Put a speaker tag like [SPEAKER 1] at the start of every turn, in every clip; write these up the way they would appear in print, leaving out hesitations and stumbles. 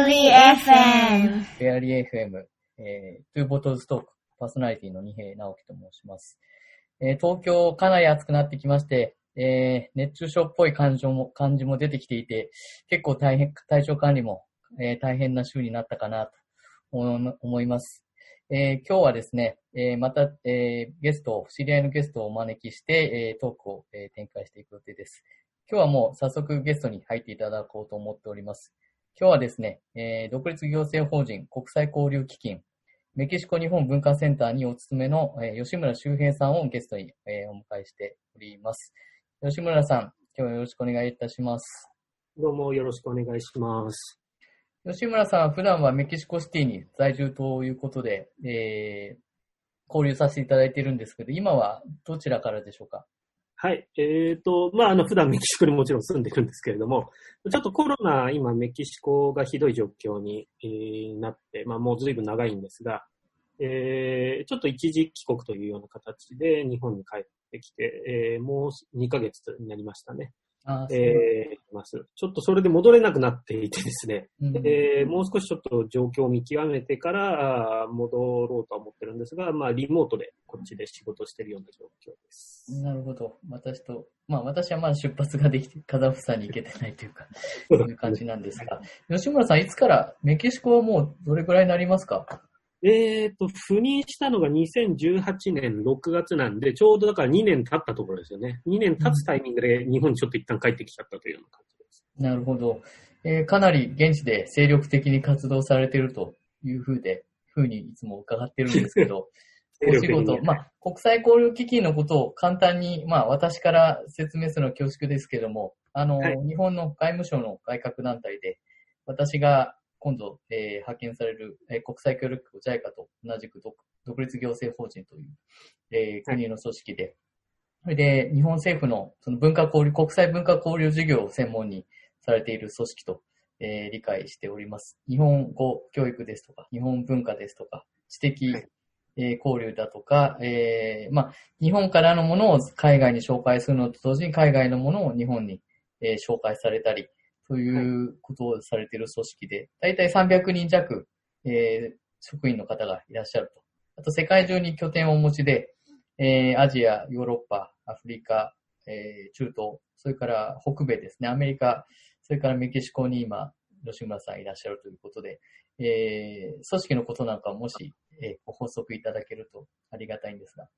[SPEAKER 1] FM。
[SPEAKER 2] フェアリー FM、トゥーボトルズトークパーソナリティの二平直樹と申します。東京かなり暑くなってきまして、熱中症っぽい感じも出てきていて、結構体調管理も、大変な週になったかなと思います。今日はですね、また、知り合いのゲストをお招きして、トークを、展開していく予定です。今日はもう早速ゲストに入っていただこうと思っております。今日はですね、独立行政法人国際交流基金メキシコ日本文化センターにお勤めの、吉村修平さんをゲストに、お迎えしております。吉村さん、今日はよろしくお願いいたします。
[SPEAKER 3] どうもよろしくお願いします。
[SPEAKER 2] 吉村さんは普段はメキシコシティに在住ということで、交流させていただいているんですけど、今はどちらからでしょうか？
[SPEAKER 3] はい。普段メキシコにもちろん住んでるんですけれども、ちょっとコロナ、今メキシコがひどい状況に、なって、もう随分長いんですが、ちょっと一時帰国というような形で日本に帰ってきて、もう2ヶ月になりましたね。ちょっとそれで戻れなくなっていてですね、もう少しちょっと状況を見極めてから戻ろうとは思ってるんですが、リモートでこっちで仕事しているような状況です。
[SPEAKER 2] なるほど。私はまだ出発ができて、カザフスタンに行けてないというか、そういう感じなんですが、吉村さん、いつからメキシコはもうどれくらいになりますか？
[SPEAKER 3] 赴任したのが2018年6月なんで、ちょうどだから2年経ったところですよね。2年経つタイミングで日本にちょっと一旦帰ってきちゃったというような感じです。
[SPEAKER 2] なるほど。かなり現地で精力的に活動されているというふうにいつも伺ってるんですけど、お仕事、国際交流基金のことを簡単に、私から説明するのは恐縮ですけども、日本の外務省の外郭団体で、私が今度、派遣される、国際協力局 JICA と同じく独立行政法人という、国の組織で、それで日本政府のその国際文化交流事業を専門にされている組織と、理解しております。日本語教育ですとか、日本文化ですとか、知的、交流だとか、日本からのものを海外に紹介するのと同時に海外のものを日本に、紹介されたり、ということをされている組織で、だいたい300人弱、職員の方がいらっしゃると。あと世界中に拠点をお持ちで、アジア、ヨーロッパ、アフリカ、中東、それから北米ですね、アメリカ、それからメキシコに今、吉村さんいらっしゃるということで、組織のことなんかもし、ご補足いただけるとありがたいんですが。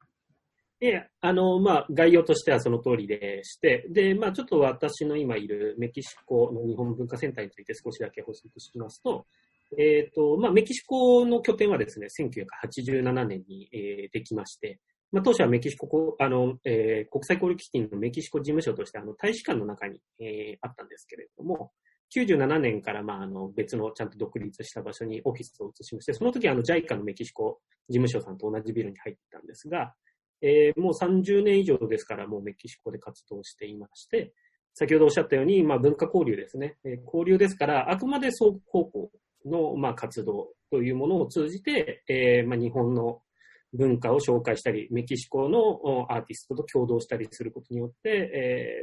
[SPEAKER 3] 概要としてはその通りでして、で、ちょっと私の今いるメキシコの日本文化センターについて少しだけ補足しますと、メキシコの拠点はですね、1987年に、できまして、当初はメキシコ、国際交流基金のメキシコ事務所として大使館の中に、あったんですけれども、97年から別のちゃんと独立した場所にオフィスを移しまして、その時JICA のメキシコ事務所さんと同じビルに入ってたんですが、もう30年以上ですからもうメキシコで活動していまして、先ほどおっしゃったように、文化交流ですね。交流ですから、あくまで双方向の、活動というものを通じて、日本の文化を紹介したり、メキシコのアーティストと共同したりすることによって、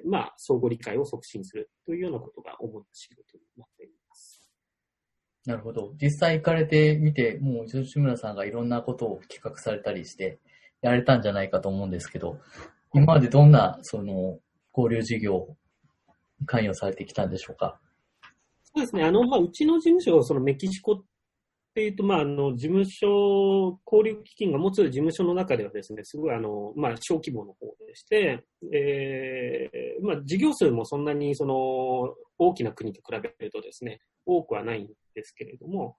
[SPEAKER 3] 相互理解を促進するというようなことが主な仕事になっています。
[SPEAKER 2] なるほど。実際行かれてみて、もう吉村さんがいろんなことを企画されたりして、やれたんじゃないかと思うんですけど、今までどんなその交流事業に関与されてきたんでしょうか？
[SPEAKER 3] そうですね。うちの事務所、そのメキシコっていうと、事務所、交流基金が持つ事務所の中ではですね、すごい小規模の方でして、事業数もそんなに大きな国と比べるとですね、多くはないんですけれども、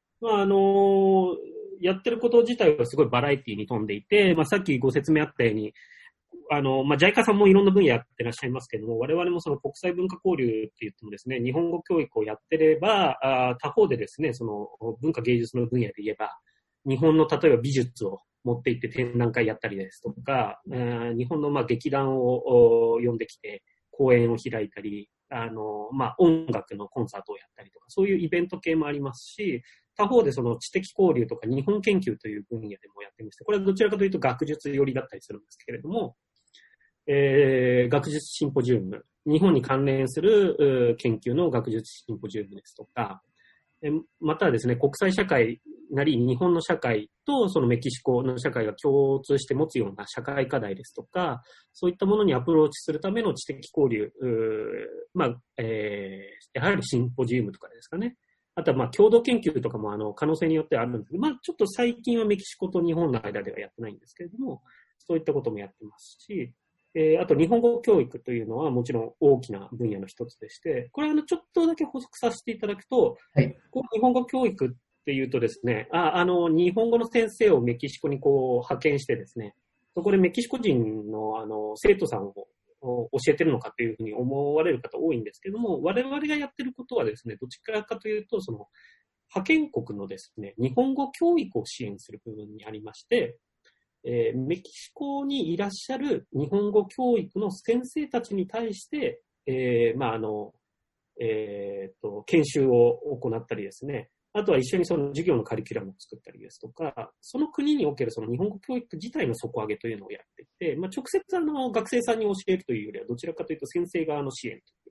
[SPEAKER 3] やってること自体はすごいバラエティに富んでいて、さっきご説明あったように、JICA さんもいろんな分野やってらっしゃいますけども、我々もその国際文化交流って言ってもですね、日本語教育をやってれば、他方でですね、その文化芸術の分野で言えば、日本の例えば美術を持って行って展覧会やったりですとか、日本の劇団を呼んできて講演を開いたり、音楽のコンサートをやったりとか、そういうイベント系もありますし、他方でその知的交流とか日本研究という分野でもやってまして、これはどちらかというと学術寄りだったりするんですけれども、学術シンポジウム、日本に関連する研究の学術シンポジウムですとか、 またはですね、国際社会なり日本の社会とそのメキシコの社会が共通して持つような社会課題ですとか、そういったものにアプローチするための知的交流、やはりシンポジウムとかですかね。あとは共同研究とかも可能性によってはあるんですけど、ちょっと最近はメキシコと日本の間ではやってないんですけれども、そういったこともやってますし、あと日本語教育というのはもちろん大きな分野の一つでして、これちょっとだけ補足させていただくと、
[SPEAKER 2] はい、
[SPEAKER 3] 日本語教育っていうとですね、日本語の先生をメキシコに派遣してですね、そこでメキシコ人の生徒さんを教えてるのかというふうに思われる方多いんですけども、我々がやってることはですね、どちらかというと、その派遣国のですね、日本語教育を支援する部分にありまして、メキシコにいらっしゃる日本語教育の先生たちに対して、研修を行ったりですね、あとは一緒にその授業のカリキュラムを作ったりですとか、その国におけるその日本語教育自体の底上げというのをやっていて、直接学生さんに教えるというよりは、どちらかというと先生側の支援という。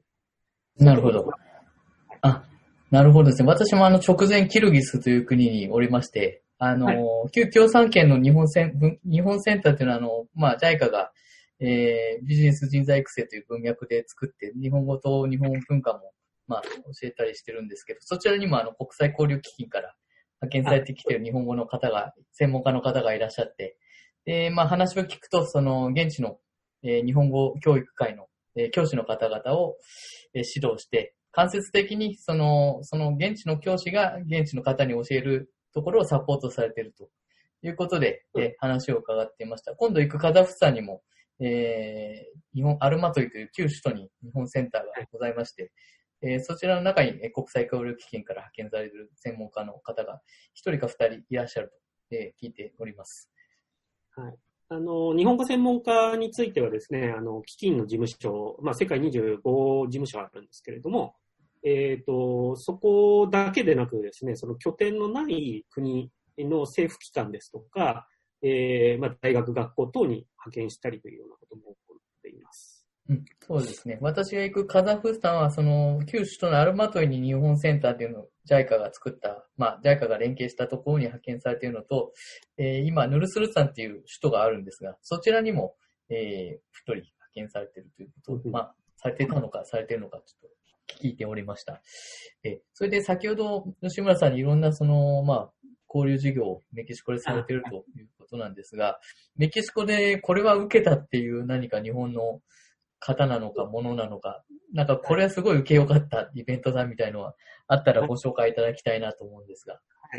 [SPEAKER 2] なるほど。なるほどですね。私も直前キルギスという国におりまして、旧共産圏の日本センターっていうのはJICA が、ビジネス人材育成という文脈で作って、日本語と日本文化も、教えたりしてるんですけど、そちらにも国際交流基金から派遣されてきている日本語の方が、専門家の方がいらっしゃって、で、話を聞くと、その、現地の、日本語教育会の、教師の方々を、指導して、間接的にその現地の教師が現地の方に教えるところをサポートされているということで、話を伺っていました。今度行くカザフスタンにも、日本アルマトイという旧首都に日本センターがございまして、そちらの中に国際交流基金から派遣されている専門家の方が一人か二人いらっしゃると、聞いております。
[SPEAKER 3] はい。日本語専門家についてはですね、基金の事務所、世界25事務所あるんですけれども、そこだけでなくですね、その拠点のない国の政府機関ですとか、大学、学校等に派遣したりというようなことも行っています。
[SPEAKER 2] そうですね。私が行くカザフスタンは、その、旧首都のアルマトイに日本センターというのを JICA が作った、JICA が連携したところに派遣されているのと、今、ヌルスルタンっていう首都があるんですが、そちらにも、一人派遣されているということを、されていたのか、されているのか、ちょっと聞いておりました。それで先ほど吉村さんにいろんなその、交流事業をメキシコでされているということなんですが、メキシコでこれは受けたっていう何か日本の方なのかものなのか、なんかこれはすごい受けよかったイベントだみたいのはあったらご紹介いただきたいなと思うんですが。
[SPEAKER 3] はい。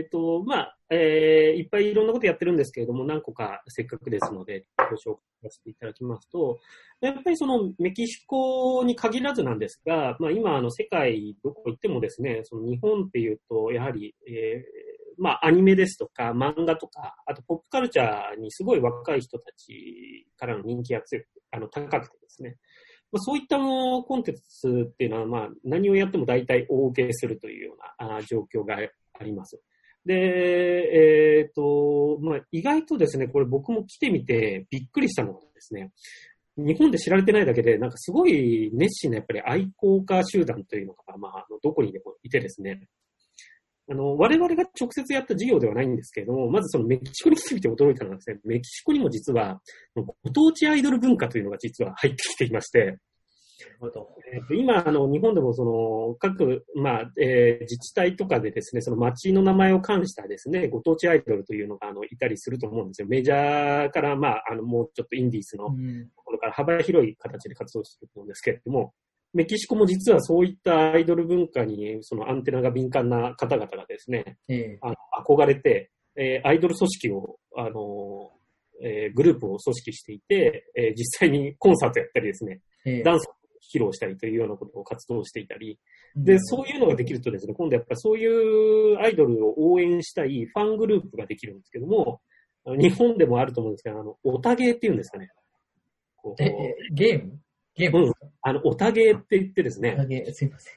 [SPEAKER 3] いっぱいいろんなことやってるんですけれども、何個かせっかくですので、ご紹介させていただきますと、やっぱりそのメキシコに限らずなんですが、今世界どこ行ってもですね、その日本っていうと、やはり、アニメですとか漫画とか、あとポップカルチャーにすごい若い人たちからの人気が強く、高くてですね、そういったコンテンツっていうのは、何をやっても大体大受けするというような状況があります。で、意外とですね、これ僕も来てみてびっくりしたのがですね、日本で知られてないだけで、なんかすごい熱心なやっぱり愛好家集団というのが、どこにでもいてですね、我々が直接やった事業ではないんですけれども、まずそのメキシコに来てみて驚いたのはですね、メキシコにも実は、ご当地アイドル文化というのが実は入ってきていまして、
[SPEAKER 2] なるほど。
[SPEAKER 3] 今、日本でもその、各、自治体とかでですね、その町の名前を冠したですね、ご当地アイドルというのが、いたりすると思うんですよ。メジャーから、もうちょっとインディーズのところから幅広い形で活動していると思うんですけれども、メキシコも実はそういったアイドル文化に、そのアンテナが敏感な方々がですね、憧れて、アイドル組織を、グループを組織していて、実際にコンサートやったりですね、ダンスを披露したりというようなことを活動していたり、で、そういうのができるとですね、今度やっぱりそういうアイドルを応援したいファングループができるんですけども、日本でもあると思うんですけど、オタゲーっていうんですかね。
[SPEAKER 2] ゲームですか？
[SPEAKER 3] オタゲーって言ってですね。
[SPEAKER 2] オタゲー、すいません。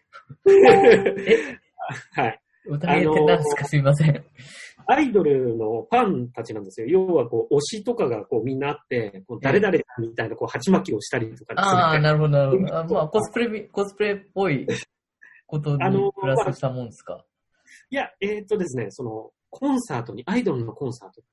[SPEAKER 3] はい。
[SPEAKER 2] オタゲーって何ですか？すいません。
[SPEAKER 3] アイドルのファンたちなんですよ。要は推しとかがみんなあって、誰々みたいな鉢巻きをしたりとかです
[SPEAKER 2] ね。なるほど、なるほど。コスプレっぽいことにプラスしたもんですか？
[SPEAKER 3] いや、ですね、コンサートに、アイドルのコンサートって、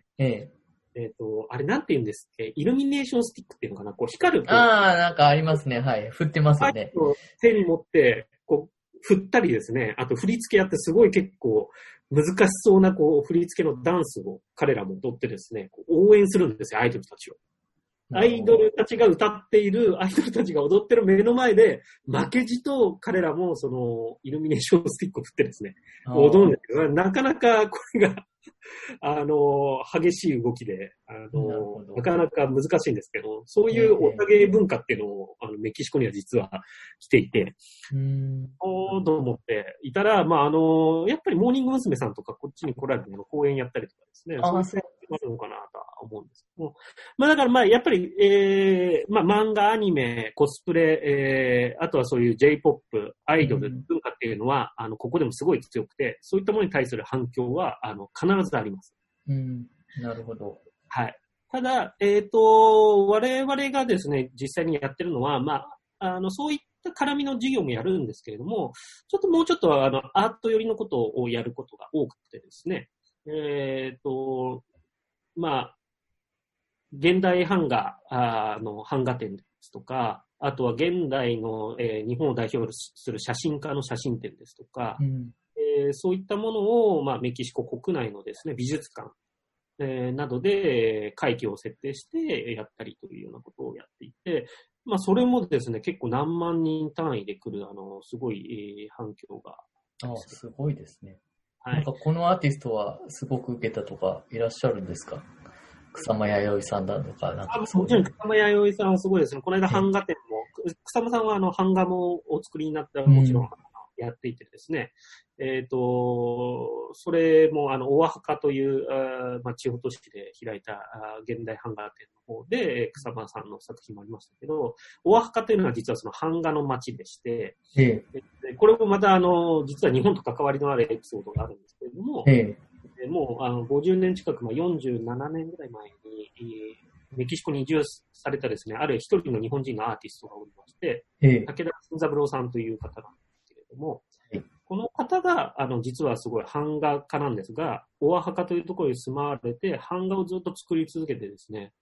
[SPEAKER 3] あれなんて言うんですっけ、イルミネーションスティックっていうのかな、こう光る。
[SPEAKER 2] なんかありますね。はい。振ってますよね。
[SPEAKER 3] 手に持って、こう、振ったりですね、あと振り付けやってすごい結構難しそうなこう振り付けのダンスを彼らも踊ってですね、応援するんですよ、アイドルたちを。アイドルたちが歌っている、アイドルたちが踊ってる目の前で、負けじと彼らもイルミネーションスティックを振ってですね、踊るんですけど、なかなかこれが、激しい動きで、なかなか難しいんですけど、そういうおたげ文化っていうのを、メキシコには実は来ていて、と思っていたら、やっぱりモーニング娘。さんとかこっちに来られて公演やったりとかですね、そういうことがあるのかなとは思うんですけど、だからやっぱり、漫画、アニメ、コスプレ、あとはそういう J-POP、アイドル文化っていうのは、ここでもすごい強くて、そういったものに対する反響は、必ずあります。
[SPEAKER 2] なるほど。
[SPEAKER 3] はい。ただ、我々がですね、実際にやってるのは、そういった絡みの授業もやるんですけれども、もうちょっとアート寄りのことをやることが多くてですね、現代版画の版画展ですとか、あとは現代の、日本を代表する写真家の写真展ですとか、そういったものを、メキシコ国内のですね、美術館、などで会期を設定してやったりというようなことをやっていて、それもですね、結構何万人単位で来る、すごい、反響が。
[SPEAKER 2] すごいですね。
[SPEAKER 3] はい。
[SPEAKER 2] なんかこのアーティストはすごく受けたとかいらっしゃるんですか？草間彌生さんだとか、なんか
[SPEAKER 3] もちろん草間彌生さんはすごいですね。この間版画展も、草間さんは版画もお作りになったらもちろんやっていてですね。それもオアハカという、地方都市で開いた現代版画展の方で草間さんの作品もありましたけど、オアハカというのは実はその版画の街でして、これもまた実は日本と関わりのあるエピソードがあるんですけれども、もう50年近く、47年ぐらい前に、メキシコに移住されたですね、ある一人の日本人のアーティストがおりまして、武田新三郎さんという方なんですけれども、この方が実はすごい版画家なんですが、オアハカというところに住まわれて、版画をずっと作り続けてですね、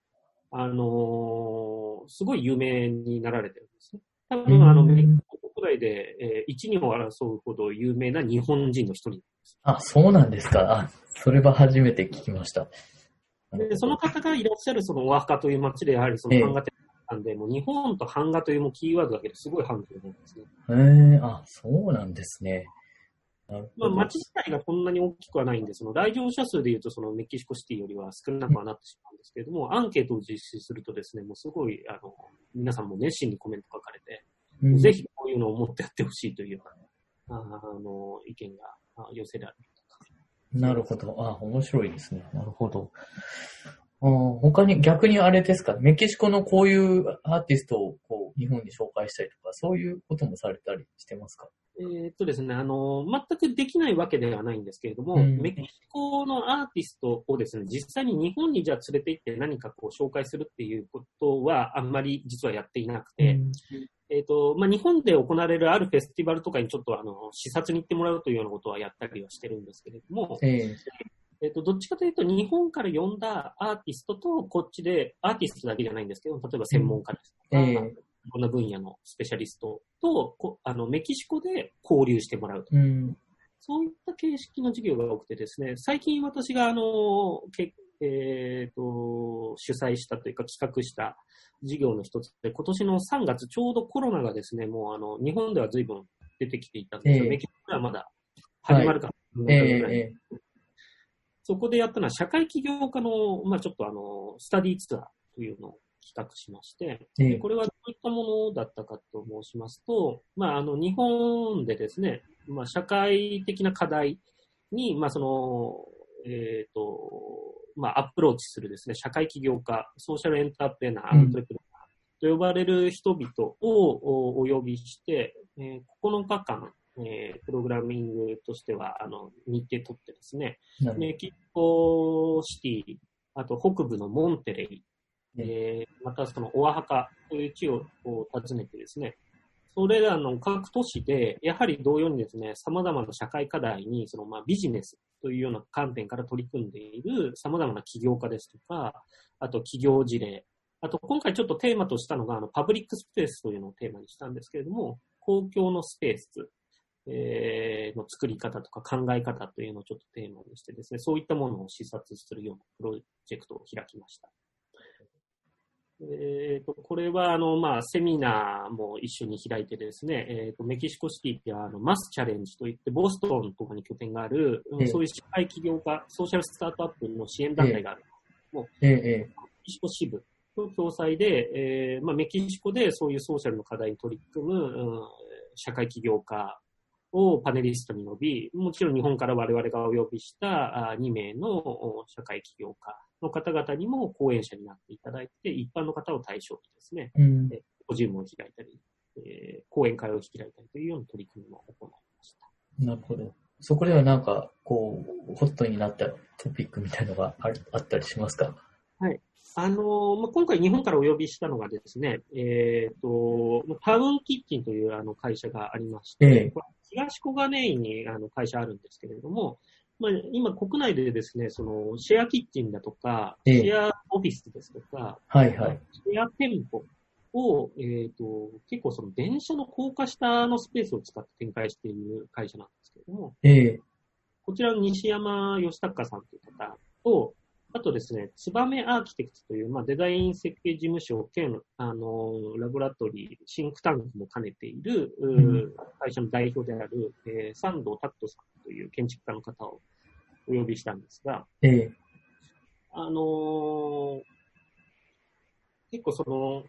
[SPEAKER 3] すごい有名になられてるんですね。多分メキシコ国内で、一二を争うほど有名な日本人の一人です。
[SPEAKER 2] そうなんですか。それは初めて聞きました。
[SPEAKER 3] でその方がいらっしゃるそのオアハカという街でやはりその版画展なんで、もう日本と版画というもうキーワードだけですごい反響なんですね。
[SPEAKER 2] そうなんですね。
[SPEAKER 3] 街自体がこんなに大きくはないんで、その来場者数でいうとそのメキシコシティよりは少なくはなってしまうんですけれども、アンケートを実施するとですね、もうすごい皆さんも熱心にコメント書かれて、ぜひこういうのを持ってやってほしいというような意見が寄せられる。
[SPEAKER 2] なるほど。面白いですね。なるほど。他に逆にあれですか、メキシコのこういうアーティストをこう日本に紹介したりとか、そういうこともされたりしてますか？
[SPEAKER 3] ですね、全くできないわけではないんですけれども、メキシコのアーティストをですね、実際に日本にじゃあ連れて行って何かこう紹介するっていうことはあんまり実はやっていなくて、日本で行われるあるフェスティバルとかにちょっと視察に行ってもらうというようなことはやったりはしてるんですけれども、どっちかというと日本から呼んだアーティストとこっちで、アーティストだけじゃないんですけど、例えば専門家ですとか、こんな分野のスペシャリストとメキシコで交流してもらうと、そういった形式の授業が多くてですね、最近私が主催したというか企画した授業の一つで、今年の3月ちょうどコロナがですね、もう日本では随分出てきていたんですが、メキシコではまだ始まるかもしれない。そこでやったのは社会起業家の、ちょっとスタディツアーというのを企画しまして、これはどういったものだったかと申しますと、日本でですね、社会的な課題に、アプローチするですね、社会起業家、ソーシャルエンタープレナー、アントレプレナーと呼ばれる人々をお呼びして、9日間、プログラミングとしては日程取ってですね、メキシコシティ、あと北部のモンテレイ、またそのオアハカという地を訪ねてですね、 それらの各都市で、やはり同様にですね、様々な社会課題に、ビジネスというような観点から取り組んでいる様々な起業家ですとか、あと企業事例、あと今回ちょっとテーマとしたのが、パブリックスペースというのをテーマにしたんですけれども、公共のスペース、の作り方とか考え方というのをちょっとテーマにしてですね、そういったものを視察するようなプロジェクトを開きました。これは、セミナーも一緒に開いてですね、メキシコシティってマスチャレンジといって、ボストンとかに拠点がある、そういう社会起業家、ソーシャルスタートアップの支援団体がある。メキシコ支部の共催で、メキシコでそういうソーシャルの課題に取り組む、社会起業家をパネリストに呼び、もちろん日本から我々がお呼びした2名の社会起業家の方々にも講演者になっていただいて、一般の方を対象にですね、個人も開いたり、講演会を開いたりというような取り組みも行いました。
[SPEAKER 2] なるほど。そこではなんか、ホットになったトピックみたいなのがあったりしますか？
[SPEAKER 3] はい。今回日本からお呼びしたのがですね、タウンキッチンという会社がありまして、東小金井に会社あるんですけれども、今国内でですね、シェアキッチンだとか、シェアオフィスですとか、シェア店舗を、結構電車の高架下のスペースを使って展開している会社なんですけれども、こちらの西山義孝さんという方と、あとですね、ツバメアーキテクトという、デザイン設計事務所兼、ラボラトリー、シンクタンクも兼ねている、会社の代表である、三藤拓人さんという建築家の方をお呼びしたんですが、結構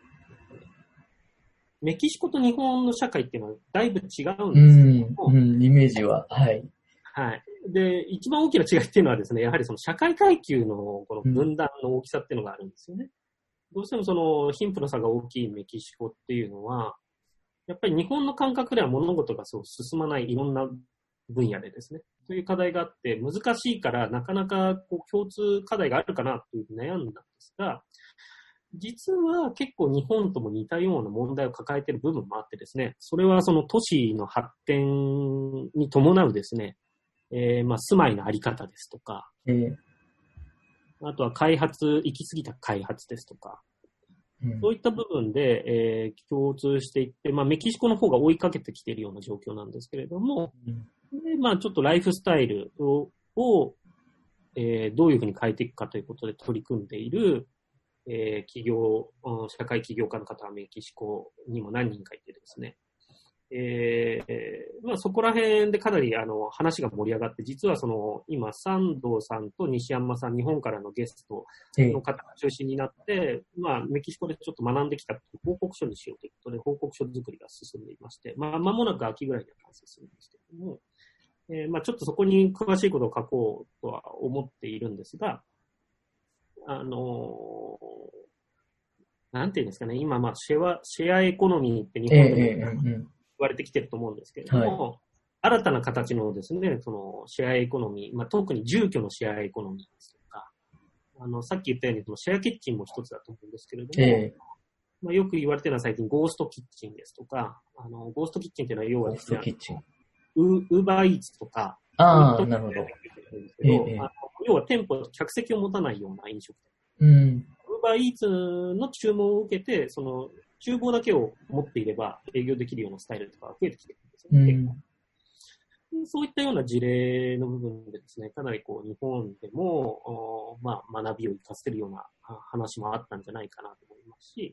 [SPEAKER 3] メキシコと日本の社会っていうのはだいぶ違うんですけども、
[SPEAKER 2] イメージは、はい。
[SPEAKER 3] はい。で、一番大きな違いっていうのはですね、やはり社会階級のこの分断の大きさっていうのがあるんですよね。どうしても貧富の差が大きいメキシコっていうのは、やっぱり日本の感覚では物事がそう進まないいろんな分野でですね、という課題があって難しいからなかなか共通課題があるかなというふうに悩んだんですが、実は結構日本とも似たような問題を抱えている部分もあってですね、それは都市の発展に伴うですね、住まいのあり方ですとか、あとは行き過ぎた開発ですとか、そういった部分で、共通していって、メキシコの方が追いかけてきているような状況なんですけれども、でちょっとライフスタイルをどういうふうに変えていくかということで取り組んでいる、社会起業家の方はメキシコにも何人かいてですね、そこら辺でかなり話が盛り上がって、実は今三藤さんと西山さん、日本からのゲストの方が中心になって、メキシコでちょっと学んできた報告書にしようということで報告書作りが進んでいまして、間もなく秋ぐらいには完成するんですけれども、ちょっとそこに詳しいことを書こうとは思っているんですが、なんていうんですかね、今シェアエコノミーって日本でも言われてきてると思うんですけれども、新たな形のですね、シェアエコノミー、特に住居のシェアエコノミーですとか、さっき言ったようにシェアキッチンも一つだと思うんですけれども、よく言われてるのは最近ゴーストキッチンですとか、ゴーストキッチンっていうのは要はですね、ウーバーイーツとか、
[SPEAKER 2] なるほど。
[SPEAKER 3] 要は店舗、客席を持たないような飲食店。ウーバーイーツの注文を受けて、厨房だけを持っていれば営業できるようなスタイルとかが増えてきてるんですよね。そういったような事例の部分でですね、かなり日本でも、学びを生かせるような話もあったんじゃないかなと思いますし、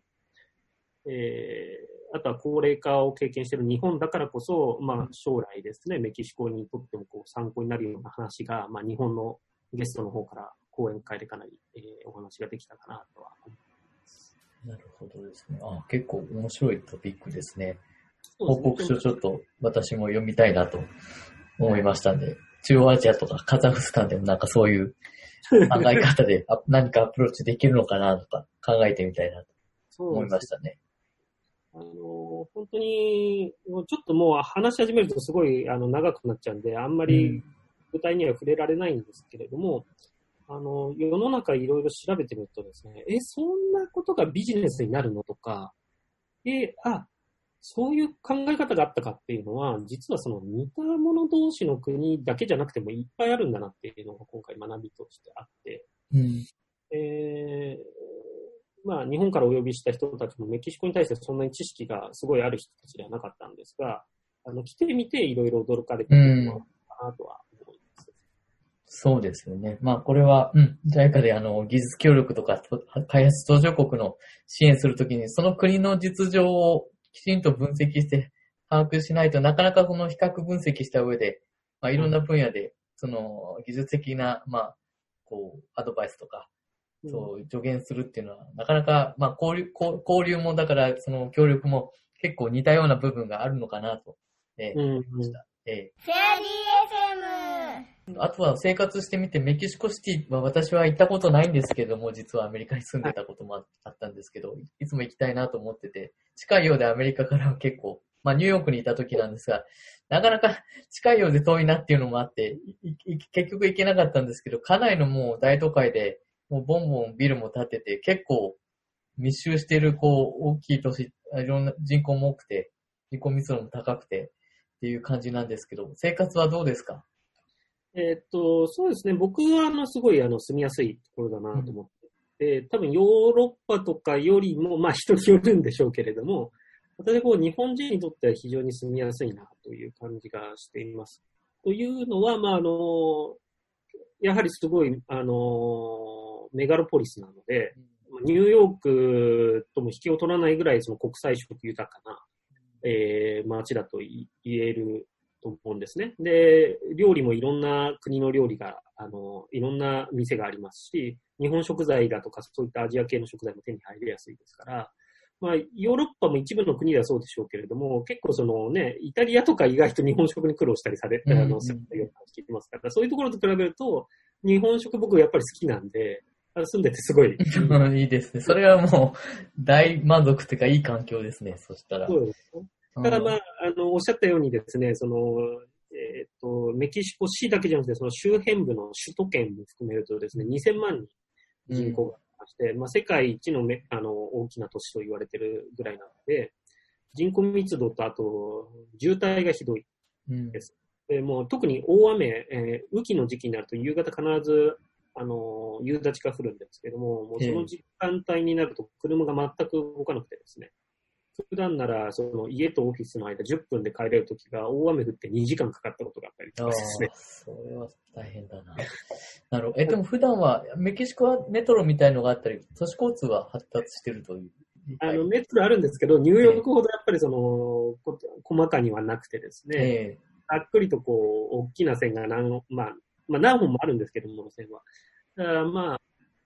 [SPEAKER 3] あとは高齢化を経験している日本だからこそ、将来ですね、メキシコにとっても参考になるような話が、日本のゲストの方から講演会でかなり、お話ができたかなとは思います。
[SPEAKER 2] なるほどですね。結構面白いトピックですね。報告書ちょっと私も読みたいなと思いましたんで、中央アジアとかカザフスタンでもなんかそういう考え方で何かアプローチできるのかなとか考えてみたいなと思いましたね。
[SPEAKER 3] 本当に、ちょっともう話し始めるとすごい長くなっちゃうんで、あんまり具体には触れられないんですけれども、世の中いろいろ調べてみるとですね、そんなことがビジネスになるのとか、 そういう考え方があったかっていうのは、実はその似た者同士の国だけじゃなくてもいっぱいあるんだなっていうのが今回学びとしてあって、
[SPEAKER 2] うん。
[SPEAKER 3] まあ日本からお呼びした人たちもメキシコに対してそんなに知識がすごいある人たちではなかったんですが、来てみていろいろ驚かれたというのはかなとは思います。
[SPEAKER 2] そうですよね。まあ、これは、JICA で技術協力とか開発途上国の支援するときに、その国の実情をきちんと分析して把握しないとなかなかその比較分析した上で、まあ、いろんな分野で、その技術的な、まあ、こう、アドバイスとか、そう、助言するっていうのは、なかなか、まあ、交流も、だから、その協力も結構似たような部分があるのかなと、思いました。
[SPEAKER 1] フェアリー FM。
[SPEAKER 2] あとは生活してみて、メキシコシティは私は行ったことないんですけども、実はアメリカに住んでたこともあったんですけど、いつも行きたいなと思ってて、近いようでアメリカからは結構、まあニューヨークにいた時なんですが、なかなか近いようで遠いなっていうのもあって、結局行けなかったんですけど、かなりのもう大都会で、もうボンボンビルも建てて、結構密集している、こう、大きい都市、いろんな人口も多くて、人口密度も高くて、っていう感じなんですけど、生活はどうですか？
[SPEAKER 3] そうですね。僕は、すごい、住みやすいところだなと思ってて、多分ヨーロッパとかよりも、まあ人によるんでしょうけれども、私はこう、日本人にとっては非常に住みやすいなという感じがしています。というのは、まあやはりすごい、メガロポリスなので、ニューヨークとも引けを取らないぐらいその国際色豊かな、街だと言えると思うんですね。で、料理もいろんな国の料理が、いろんな店がありますし、日本食材だとかそういったアジア系の食材も手に入りやすいですから、まあ、ヨーロッパも一部の国ではそうでしょうけれども、結構そのね、イタリアとか意外と日本食に苦労したりされて、するような聞いてますから、そういうところと比べると、日本食僕やっぱり好きなんで、住んでてすごい。
[SPEAKER 2] いいですね。それはもう、大満足っていうか、いい環境ですね。そしたら。
[SPEAKER 3] そうですね。ただまあ、おっしゃったようにですね、メキシコ市だけじゃなくて、その周辺部の首都圏も含めるとですね、2000万人人口がありまして、まあ、世界一の大きな都市と言われてるぐらいなので、人口密度とあと、渋滞がひどいです。でもう特に大雨、雨季の時期になると夕方必ず、夕立が降るんですけども、もうその時間帯になると車が全く動かなくてですね、普段ならその家とオフィスの間10分で帰れるときが大雨降って2時間かかったことがあったりとかですね。
[SPEAKER 2] それは大変だな。なるほど。でも普段はメキシコはメトロみたいのがあったり、都市交通は発達してるという。
[SPEAKER 3] メトロあるんですけど、ニューヨークほどやっぱりその、細かにはなくてですね、ざっくりとこう、大きな線が何本もあるんですけども、線は。まあ、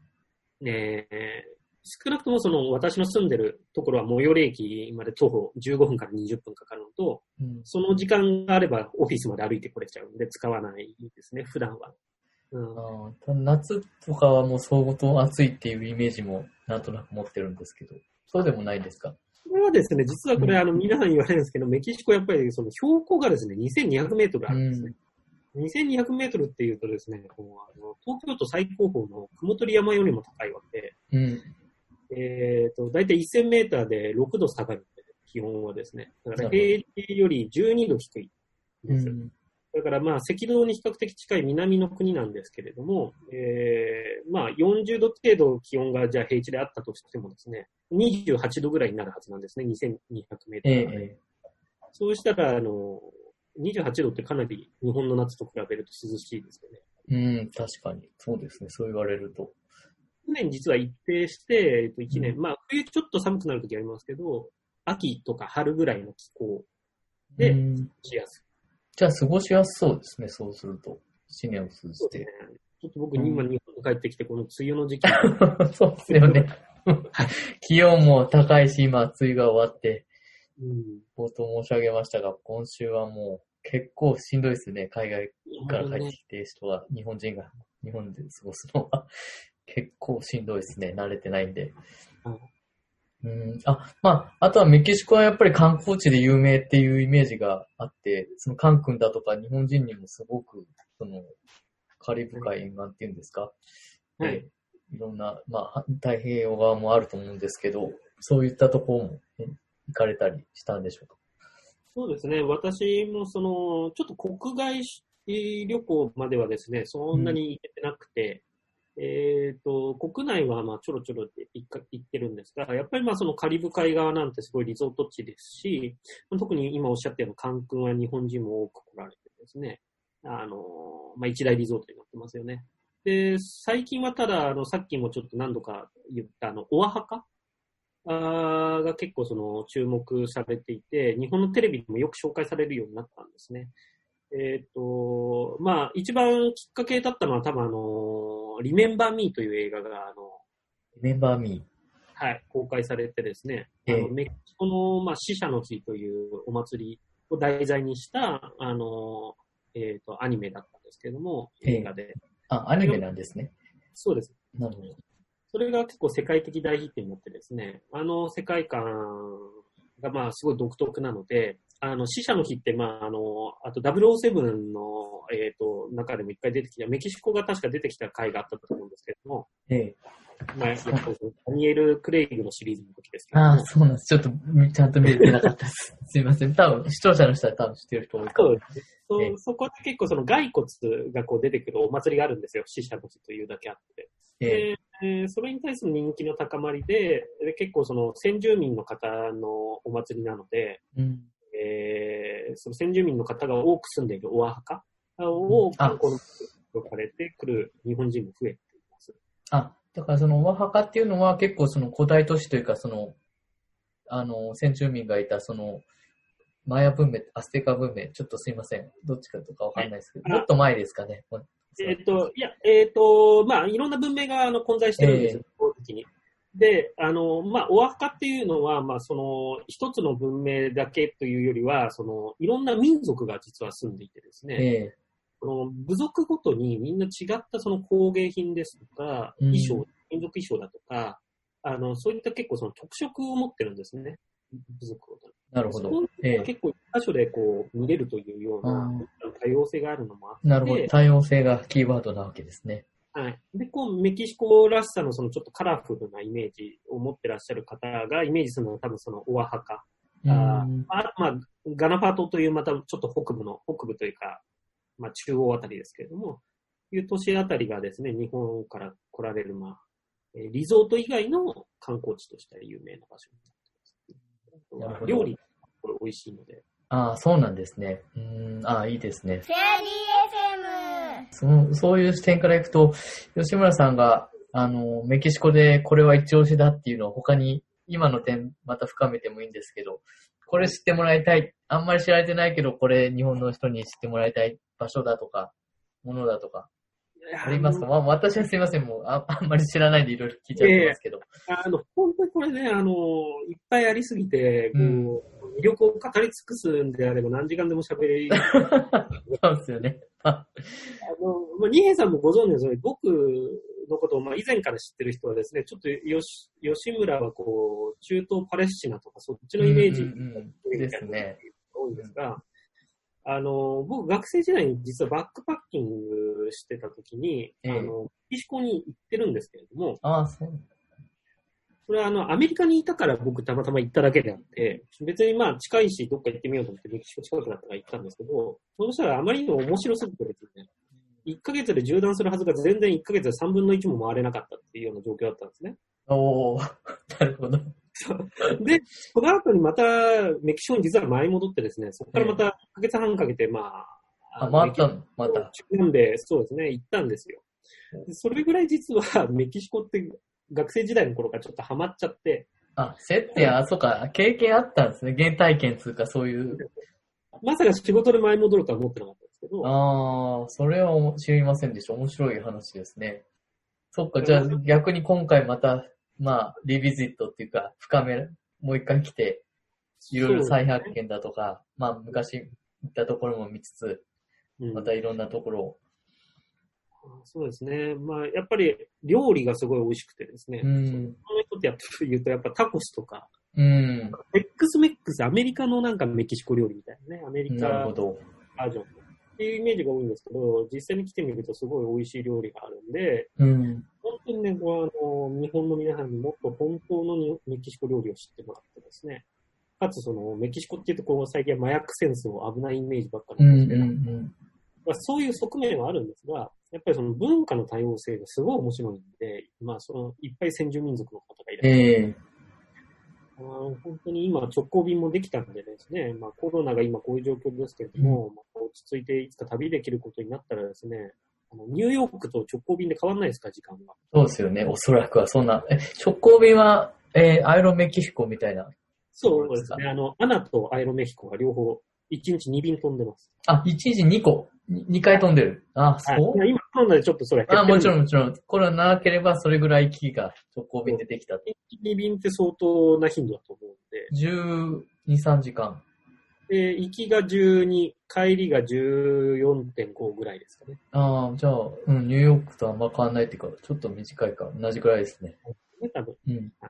[SPEAKER 3] 少なくともその私の住んでるところは最寄り駅まで徒歩15分から20分かかるのと、その時間があればオフィスまで歩いてこれちゃうんで使わないですね、普段は。
[SPEAKER 2] 夏とかはもう相当暑いっていうイメージもなんとなく持ってるんですけど、そうでもないですか？
[SPEAKER 3] これはですね、実はこれ皆さん言われるんですけど、メキシコやっぱりその標高がですね、2200メートルあるんですね。2200メートルっていうとですね、東京都最高峰の雲取山よりも高いわけで、だいたい1000メーターで6度下がる気温はですね。だから平地より12度低いです。だからまあ赤道に比較的近い南の国なんですけれども、まあ40度程度気温がじゃあ平地であったとしてもですね、28度ぐらいになるはずなんですね、2200メートル。そうしたら、28度ってかなり日本の夏と比べると涼しいですよ
[SPEAKER 2] ね。確かに。そうですね。そう言われると。
[SPEAKER 3] 去年実は一定して、1年、まあ冬ちょっと寒くなるときありますけど、秋とか春ぐらいの気候で過ごしやすい。
[SPEAKER 2] じゃあ過ごしやすそうですね。そうすると。1年を通じて。
[SPEAKER 3] ちょっと僕今日本に帰ってきて、この梅雨の時期。
[SPEAKER 2] そうですよね。気温も高いし、今梅雨が終わって。冒頭申し上げましたが、今週はもう結構しんどいですね。海外から帰ってきてる人は、日本人が日本で過ごすのは結構しんどいですね。慣れてないんで。まあ、あとはメキシコはやっぱり観光地で有名っていうイメージがあって、そのカンクンだとか日本人にもすごく、その、カリブ海沿岸っていうんですか、いろんな、まあ、太平洋側もあると思うんですけど、そういったところも、 行かれたりしたんでしょうか？
[SPEAKER 3] そうですね。私もちょっと国外旅行まではですね、そんなに行けてなくて、国内はまあちょろちょろで行ってるんですが、やっぱりまあそのカリブ海側なんてすごいリゾート地ですし、特に今おっしゃったようなカンクンは日本人も多く来られてですね、まあ一大リゾートになってますよね。で、最近はただ、さっきもちょっと何度か言ったオアハカが結構注目されていて、日本のテレビでもよく紹介されるようになったんですね。まあ、一番きっかけだったのは多分リメンバーミーという映画が
[SPEAKER 2] リメンバーミ
[SPEAKER 3] はい、公開されてですね、メキシコの、まあ、死者の日というお祭りを題材にした、アニメだったんですけれども、映画で。
[SPEAKER 2] アニメなんですね。
[SPEAKER 3] そうです。
[SPEAKER 2] なるほど。
[SPEAKER 3] それが結構世界的大ヒットになってですね、世界観がまあすごい独特なので、死者の日って、まああと007の、中でも一回出てきた、メキシコが確か出てきた回があったと思うんですけども、まあ、やっぱりダニエル・クレイグのシリーズの時ですけども。
[SPEAKER 2] ああ、そうなんです。ちょっとちゃんと見れてなかったです。すいません。多分視聴者の人は多分知ってる人多いかも。
[SPEAKER 3] そこで結構骸骨がこう出てくるお祭りがあるんですよ。死者の日というだけあって。それに対する人気の高まりで、結構先住民の方のお祭りなので、その先住民の方が多く住んでいるオアハカを観光のとされてくる日本人も増えています。
[SPEAKER 2] だからオアハカっていうのは結構古代都市というか先住民がいたマヤ文明、アステカ文明、ちょっとすいません。どっちかとかわかんないですけど、もっと前ですかね。
[SPEAKER 3] まあ、いろんな文明が混在してるんですよ、法的に。で、まあ、オアハカっていうのは、まあ、一つの文明だけというよりは、いろんな民族が実は住んでいてですね、部族ごとにみんな違った工芸品ですとか、衣装、民族衣装だとか、そういった結構特色を持ってるんですね、部族ごとに。
[SPEAKER 2] なるほど。
[SPEAKER 3] 結構一箇所でこう見れるというような多様性があるのもあって。
[SPEAKER 2] なるほど。多様性がキーワードなわけですね。
[SPEAKER 3] はい。で、メキシコらしさのちょっとカラフルなイメージを持ってらっしゃる方がイメージするのは多分オアハカ。まあ、ガナパトというまたちょっと北部というか、まあ中央あたりですけれども、いう都市あたりがですね、日本から来られる、まあ、リゾート以外の観光地として有名な場所になってます。料理これ美味しいので。
[SPEAKER 2] そうなんですね。いいですね。
[SPEAKER 1] フェアリー FM。
[SPEAKER 2] そういう視点からいくと、吉村さんが、メキシコでこれは一押しだっていうのは他に、今の点また深めてもいいんですけど、これ知ってもらいたい。あんまり知られてないけど、これ日本の人に知ってもらいたい場所だとか、ものだとか、ありますか？私はすいません。もうあんまり知らないでいろいろ聞いちゃってますけど。
[SPEAKER 3] 本当にこれね、いっぱいありすぎて、魅力を語り尽くすんであれば何時間でも喋れる。
[SPEAKER 2] そうですよね。
[SPEAKER 3] 二平さんもご存知の通り、僕のことを以前から知ってる人はですね、ちょっと吉村はこう、中東パレスチナとかそっちのイメージ
[SPEAKER 2] ですね。
[SPEAKER 3] 多いんですが、僕学生時代に実はバックパッキングしてた時に、メキシコに行ってるんですけれども、
[SPEAKER 2] そう
[SPEAKER 3] それはアメリカにいたから僕たまたま行っただけであって、別にまあ近いしどっか行ってみようと思ってメキシコ近くだったから行ったんですけど、そしたらあまりにも面白すぎてですね、1ヶ月で縦断するはずが全然1ヶ月で3分の1も回れなかったっていうような状況だったんですね。
[SPEAKER 2] なるほど。
[SPEAKER 3] で、この後にまたメキシコに実は舞い戻ってですね、そこからまた1ヶ月半かけて
[SPEAKER 2] 回ったのまた。
[SPEAKER 3] なんで、そうですね、行ったんですよ。それぐらい実はメキシコって学生時代の頃からちょっとハマっちゃって。
[SPEAKER 2] 接点、そうか、経験あったんですね。原体験つうかそういう。
[SPEAKER 3] まさか仕事で舞い戻るとは思ってなかったんですけど。
[SPEAKER 2] それは知りませんでした。面白い話ですね。そっか、じゃあ逆に今回また、リビジットっていうか、もう一回来て、いろいろ再発見だとか、昔行ったところも見つつ、またいろんなところを。
[SPEAKER 3] そうですね。やっぱり料理がすごい美味しくてですね。その人って言うとやっぱタコスとか、テックスメックス、アメリカのなんかメキシコ料理みたいなね。アメリカバージョンっていうイメージが多いんですけど、実際に来てみるとすごい美味しい料理があるんで、本当にね、日本の皆さんにもっと本当のメキシコ料理を知ってもらってですね。 かつそのメキシコっていうとこう最近は麻薬戦争危ないイメージばっかりなんですけど、まあ、そういう側面はあるんですが、やっぱりその文化の多様性がすごい面白いんで、まあそのいっぱい先住民族の方がいらっしゃる。本当に今直行便もできたんでですね、まあコロナが今こういう状況ですけれども、まあ、落ち着いていつか旅できることになったらですね、ニューヨークと直行便で変わんないですか、時間が。
[SPEAKER 2] そうですよね、おそらくはそんな。直行便は、アイロメキシコみたいな。
[SPEAKER 3] そうですね、アナとアイロメヒコが両方、1日2便飛んでます。
[SPEAKER 2] あ、1日2個。2回飛んでる。あ、そう、
[SPEAKER 3] はい、今コロナでちょっとそれ減ってる。
[SPEAKER 2] もちろんもちろん。コロナなければそれぐらい機が直行便でできた。1
[SPEAKER 3] 日2便って相当な頻度だと思うん
[SPEAKER 2] で。12、3時間。
[SPEAKER 3] 行きが12、帰りが 14.5 ぐらいですかね。
[SPEAKER 2] ああ、じゃあ、ニューヨークとあんま変わんないっていうか、ちょっと短いか。同じぐらいですね。
[SPEAKER 3] 多分。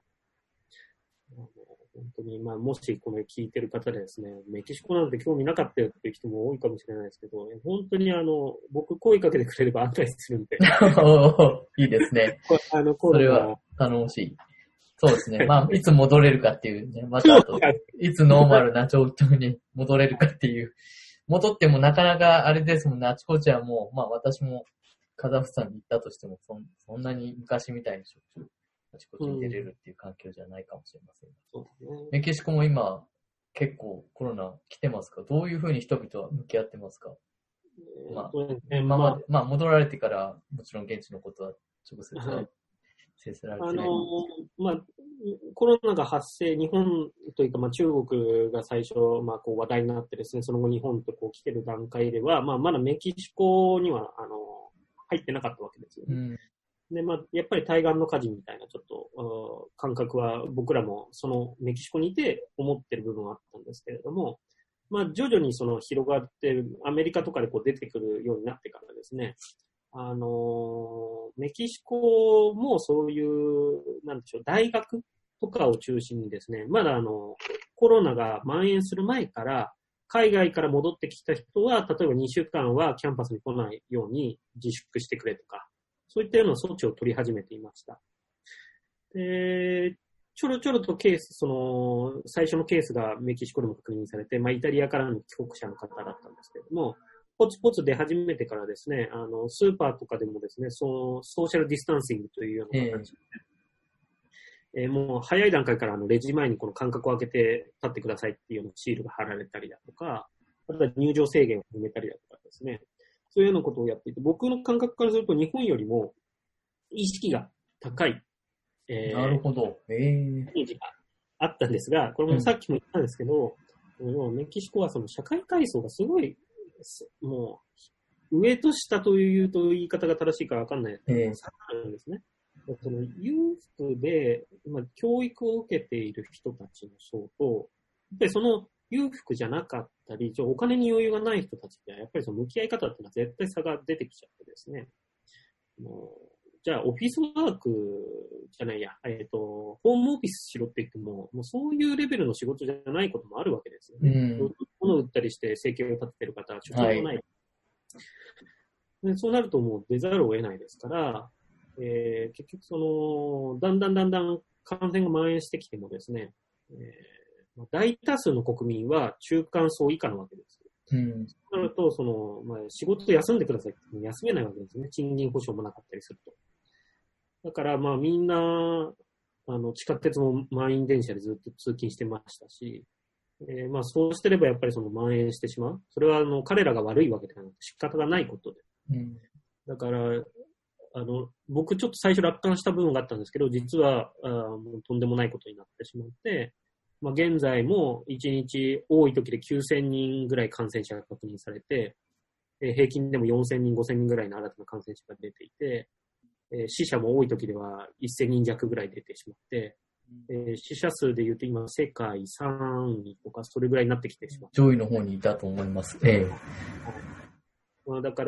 [SPEAKER 3] 本当に、まあ、もしこれ聞いてる方でですね、メキシコなんて興味なかったよっていう人も多いかもしれないですけど、本当に僕声かけてくれれば案内するんで。
[SPEAKER 2] いいですね。それは頼もしい。そうですね。まあ、いつ戻れるかっていうね、またあと、いつノーマルな状況に戻れるかっていう。戻ってもなかなかあれですもんね、あちこちはもう、まあ私もカザフスタンに行ったとしても、そんなに昔みたいにしょっちゅうあちこちに出れるっていう環境じゃないかもしれません。メキシコも今、結構コロナ来てますか？どういうふうに人々は向き合ってますか？まあ、戻られてから、もちろん現地のことは直接は接せられてない。
[SPEAKER 3] まあ、コロナが発生、日本というか、まあ、中国が最初、まあ、こう話題になってですね、その後日本とこう来てる段階では、まあ、まだメキシコには、入ってなかったわけですよね。で、まあ、やっぱり対岸の火事みたいなちょっと、感覚は僕らもそのメキシコにいて思ってる部分はあったんですけれども、まあ、徐々にその広がってる、アメリカとかでこう出てくるようになってからですね、メキシコもそういう、なんでしょう、大学とかを中心にですね、まだコロナが蔓延する前から、海外から戻ってきた人は、例えば2週間はキャンパスに来ないように自粛してくれとか、そういったような措置を取り始めていました。で、ちょろちょろとケース、最初のケースがメキシコでも確認されて、まあ、イタリアからの帰国者の方だったんですけれども、ポツポツ出始めてからですね、スーパーとかでもですね、ソーシャルディスタンシングというような形で、もう早い段階からレジ前にこの間隔を空けて立ってくださいっていうようなシールが貼られたりだとか、あとは入場制限を始めたりだとかですね、そういうようなことをやっていて、僕の感覚からすると日本よりも意識が高い、
[SPEAKER 2] なるほど。
[SPEAKER 3] イメージがあったんですが、これもさっきも言ったんですけど、メキシコはその社会階層がすごい、もう、上と下というと言い方が正しいかわかんないです差があるんですね。その裕福で、教育を受けている人たちの層と、やっぱりその裕福じゃなかったり、お金に余裕がない人たちって、やっぱりその向き合い方っていうのは絶対差が出てきちゃってですね。じゃあ、オフィスワークじゃないや、ホームオフィスしろって言っても、もうそういうレベルの仕事じゃないこともあるわけですよね。物を売ったりして生計を立ててる方は、所長もない。でそうなるともう出ざるを得ないですから、結局だんだん感染が蔓延してきてもですね、大多数の国民は中間層以下なわけです。そうなると、仕事休んでくださいって休めないわけですね。賃金保証もなかったりすると。だから、みんな、地下鉄も満員電車でずっと通勤してましたし、そうしてればやっぱり蔓延してしまう。それは彼らが悪いわけではなくて仕方がないことで。だから、僕ちょっと最初楽観した部分があったんですけど、実はもうとんでもないことになってしまって、現在も1日多い時で9000人ぐらい感染者が確認されて、平均でも4000人、5000人ぐらいの新たな感染者が出ていて、死者も多い時では1000人弱ぐらい出てしまって、死者数で言うと今世界3位とかそれぐらいになってきてしまう。
[SPEAKER 2] 上位の方にいたと思います。
[SPEAKER 3] だから、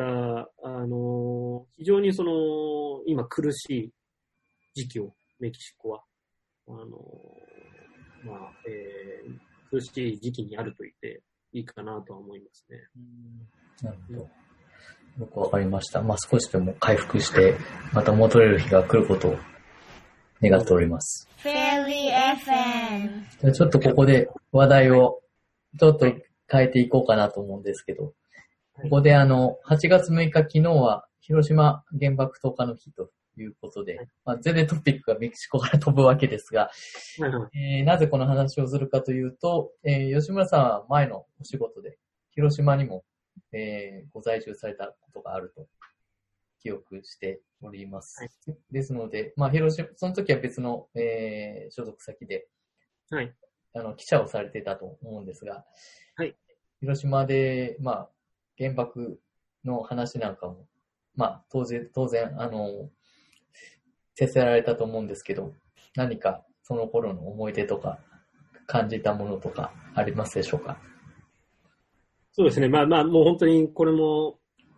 [SPEAKER 3] 非常に今苦しい時期をメキシコは、苦しい時期にあると言っていいかなとは思いますね。
[SPEAKER 2] なるほど。よくわかりました。少しでも回復して、また戻れる日が来ることを願っております。
[SPEAKER 1] フェリ FM。
[SPEAKER 2] じゃあちょっとここで話題をちょっと変えていこうかなと思うんですけど、ここで8月6日、昨日は広島原爆投下の日ということで、全然トピックがメキシコから飛ぶわけですが、なぜこの話をするかというと、吉村さんは前のお仕事で広島にも、ご在住されたことがあると記憶しております。ですので、広島、その時は別の、所属先で、記者をされていたと思うんですが、広島で、原爆の話なんかも、当然、接せられたと思うんですけど、何かその頃の思い出とか、感じたものとかありますでしょうか？
[SPEAKER 3] そうですね。もう本当にこれも、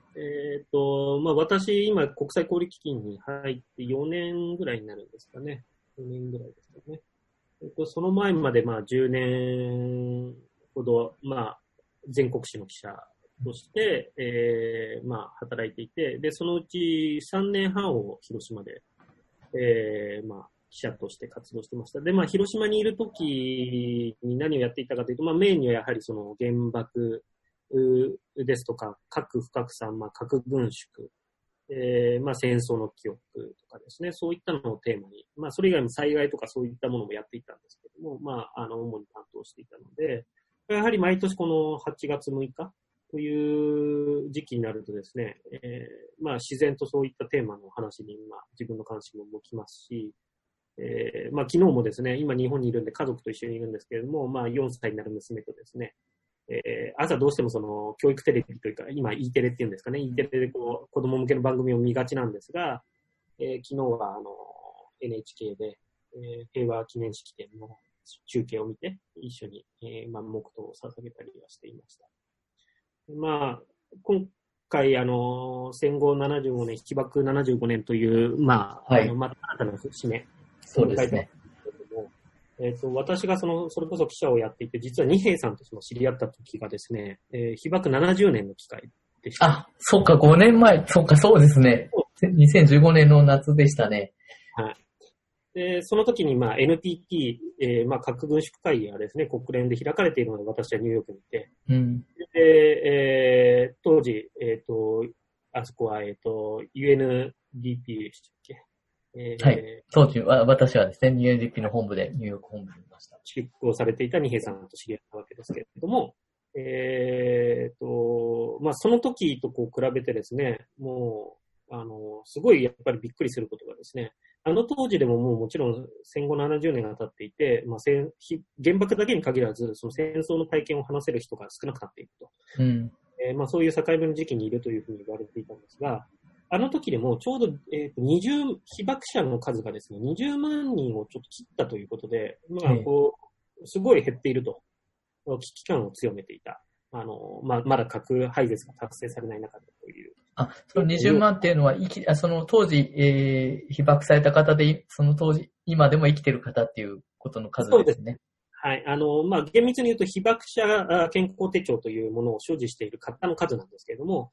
[SPEAKER 3] 私、今、国際交流基金に入って4年ぐらいになるんですかね。4年ぐらいですかね。その前まで、10年ほど、全国紙の記者として、働いていて、で、そのうち3年半を広島で、記者として活動してました。で、広島にいるときに何をやっていたかというと、メインにはやはりその原爆ですとか、核不拡散、核軍縮、戦争の記憶とかですね、そういったのをテーマに、それ以外に災害とかそういったものもやっていたんですけども、主に担当していたので、やはり毎年この8月6日という時期になるとですね、自然とそういったテーマの話に自分の関心も向きますし、昨日もですね、今日本にいるんで家族と一緒にいるんですけれども、4歳になる娘とですね、朝どうしてもその教育テレビというか、今 E テレっていうんですかね、E テレで子供向けの番組を見がちなんですが、昨日はNHK で、平和記念式典の中継を見て、一緒に、黙祷を捧げたりはしていました。今回、戦後75年、被爆75年という、また新たな節目。
[SPEAKER 2] そうですね。
[SPEAKER 3] 私がそれこそ記者をやっていて、実は二平さんと知り合った時がですね、被爆70年の機会でした。
[SPEAKER 2] そっか、5年前。そっか、そうですね。2015年の夏でしたね。
[SPEAKER 3] はい。で、その時にNPT、核軍縮会議がですね、国連で開かれているので、私はニューヨークにいて、で、当時、あそこは、UNDP でしたっけ？
[SPEAKER 2] 当時、私はですね、UNDP の本部で、ニューヨーク本部にいました。
[SPEAKER 3] 出向されていた二平さんと知り合ったわけですけれども、その時とこう比べてですね、もう、すごいやっぱりびっくりすることがですね、当時でももちろん戦後70年が経っていて、原爆だけに限らず、その戦争の体験を話せる人が少なくなっていくと。そういう境目の時期にいるというふうに言われていたんですが、時でもちょうど、被爆者の数がですね、20万人をちょっと切ったということで、すごい減っていると、危機感を強めていた。まだ核廃絶が達成されない中でという。
[SPEAKER 2] その20万っていうのは、その当時、被爆された方で、その当時、今でも生きてる方っていうことの数ですね。
[SPEAKER 3] はい。厳密に言うと、被爆者健康手帳というものを所持している方の数なんですけれども、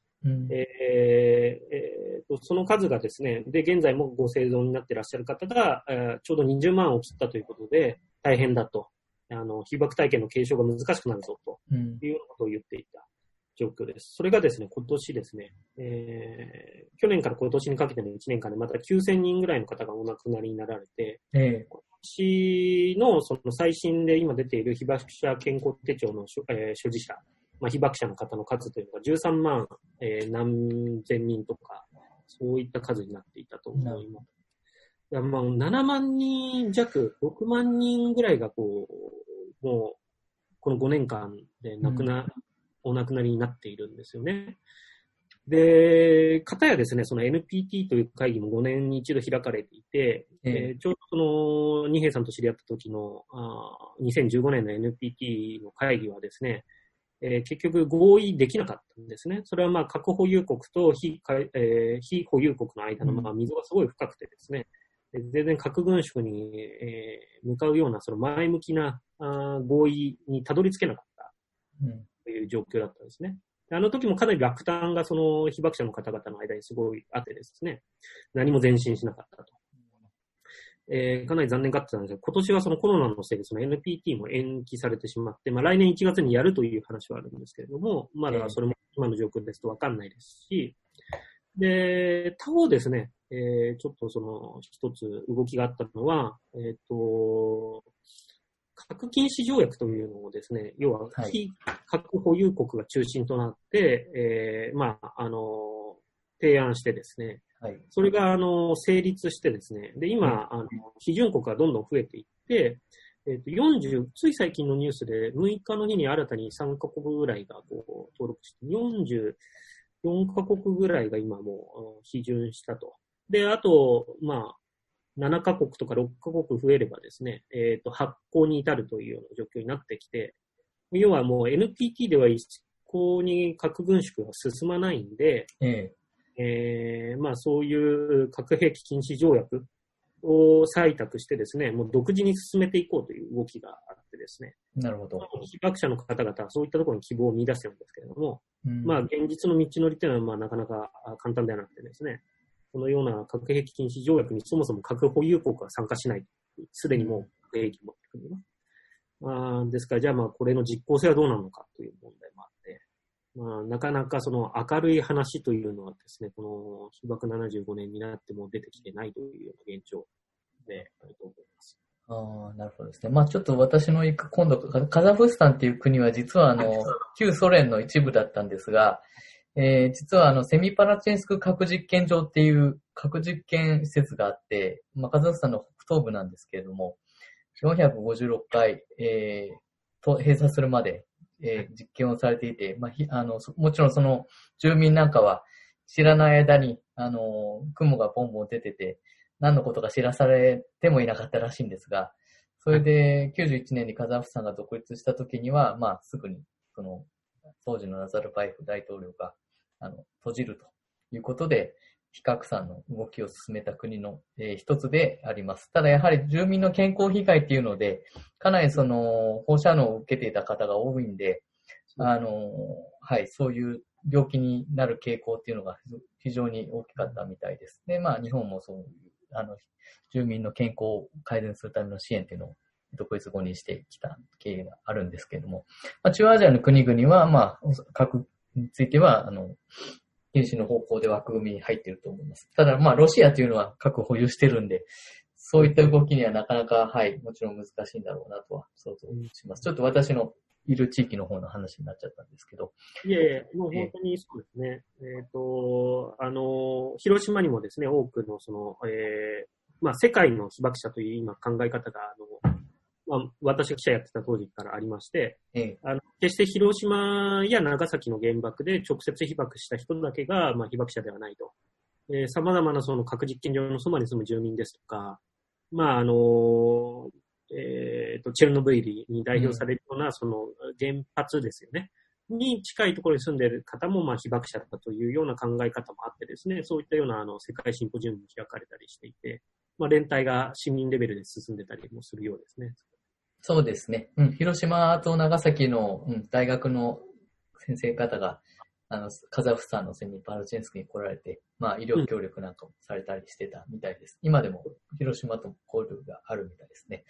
[SPEAKER 3] その数がですね、で、現在もご生存になっていらっしゃる方が、ちょうど20万を切ったということで、大変だと。被爆体験の継承が難しくなるぞというようなことを言っていた状況です。それがですね、今年ですね、去年から今年にかけての1年間でまた9000人ぐらいの方がお亡くなりになられて、今年のその最新で今出ている被爆者健康手帳の所持者、被爆者の方の数というのが13万、何千人とか、そういった数になっていたと思います。7万人弱、6万人ぐらいがもう、この5年間でお亡くなりになっているんですよね。で、かたやですね、その NPT という会議も5年に一度開かれていて、ちょうどその、二平さんと知り合った時の2015年の NPT の会議はですね、結局合意できなかったんですね。それは核保有国と非保有国の間の溝がすごい深くてですね、全然核軍縮に、向かうようなその前向きな合意にたどり着けなかったという状況だったんですね。時もかなり落胆がその被爆者の方々の間にすごいあってですね、何も前進しなかったと。 かなり残念がってたんですけど、今年はそのコロナのせいでその NPT も延期されてしまって、まあ来年1月にやるという話はあるんですけれども、まだそれも今の状況ですとわかんないですし、で、他方ですね、ちょっとその一つ動きがあったのは、核禁止条約というのをですね、要は非核保有国が中心となって、まあ、提案してですね、はい、それが成立してですね、で、今、批准国がどんどん増えていって、つい最近のニュースで6日の日に新たに3カ国ぐらいがこう登録して、44カ国ぐらいが今もう批准したと。で、あと、まあ、7カ国とか6カ国増えればですね、発行に至るというような状況になってきて、要はもう NPT では一向に核軍縮が進まないんで、まあそういう核兵器禁止条約を採択してですね、もう独自に進めていこうという動きがあってですね。
[SPEAKER 2] なるほど。
[SPEAKER 3] 被爆者の方々はそういったところに希望を見出してるんですけれども、まあ現実の道のりというのはまあなかなか簡単ではなくてですね、このような核兵器禁止条約にそもそも核保有国が参加しない。すでにもう核兵器を持ってくるの。ですからじゃあまあこれの実効性はどうなのかという問題もあって、まあなかなかその明るい話というのはですね、この被爆75年になっても出てきてないというような現状であると思います。
[SPEAKER 2] なるほどですね。まあちょっと私の行く今度、カザフスタンっていう国は実は旧ソ連の一部だったんですが、実はセミパラチェンスク核実験場っていう核実験施設があって、まあカザフスタンの北東部なんですけれども、456回、閉鎖するまで、実験をされていて、まあ、もちろんその住民なんかは知らない間に、雲がボンボン出てて、何のことか知らされてもいなかったらしいんですが、それで91年にカザフスタンが独立した時には、まあ、すぐに、当時のナザルバエフ大統領が、閉じるということで、非核酸の動きを進めた国の、一つであります。ただやはり住民の健康被害っていうので、かなり放射能を受けていた方が多いんで、はい、そういう病気になる傾向っていうのが非常に大きかったみたいです。で、まあ日本もそういう、住民の健康を改善するための支援っていうのを独立後にしてきた経緯があるんですけれども、まあ、中央アジアの国々は、まあ、核については、禁止の方向で枠組みに入っていると思います。ただ、まあ、ロシアというのは核保有してるんで、そういった動きにはなかなか、はい、もちろん難しいんだろうなとは想像します。ちょっと私のいる地域の方の話になっちゃったんですけど。
[SPEAKER 3] いえいえ、もう本当にそうですね。広島にもですね、多くのまあ、世界の被爆者という今考え方が、まあ、私が記者やってた当時からありまして、決して広島や長崎の原爆で直接被爆した人だけが、まあ、被爆者ではないと。様々なその核実験場のそばに住む住民ですとか、まあ、チェルノブイリに代表されるような、その原発ですよね。に近いところに住んでいる方も、まあ、被爆者だというような考え方もあってですね、そういったような世界シンポジウムも開かれたりしていて、まあ、連帯が市民レベルで進んでたりもするようですね。
[SPEAKER 2] そうですね。広島と長崎の、大学の先生方が、カザフスタンのセミパラチェンスクに来られて、まあ、医療協力なんかもされたりしてたみたいです。今でも広島と交流があるみたいですね。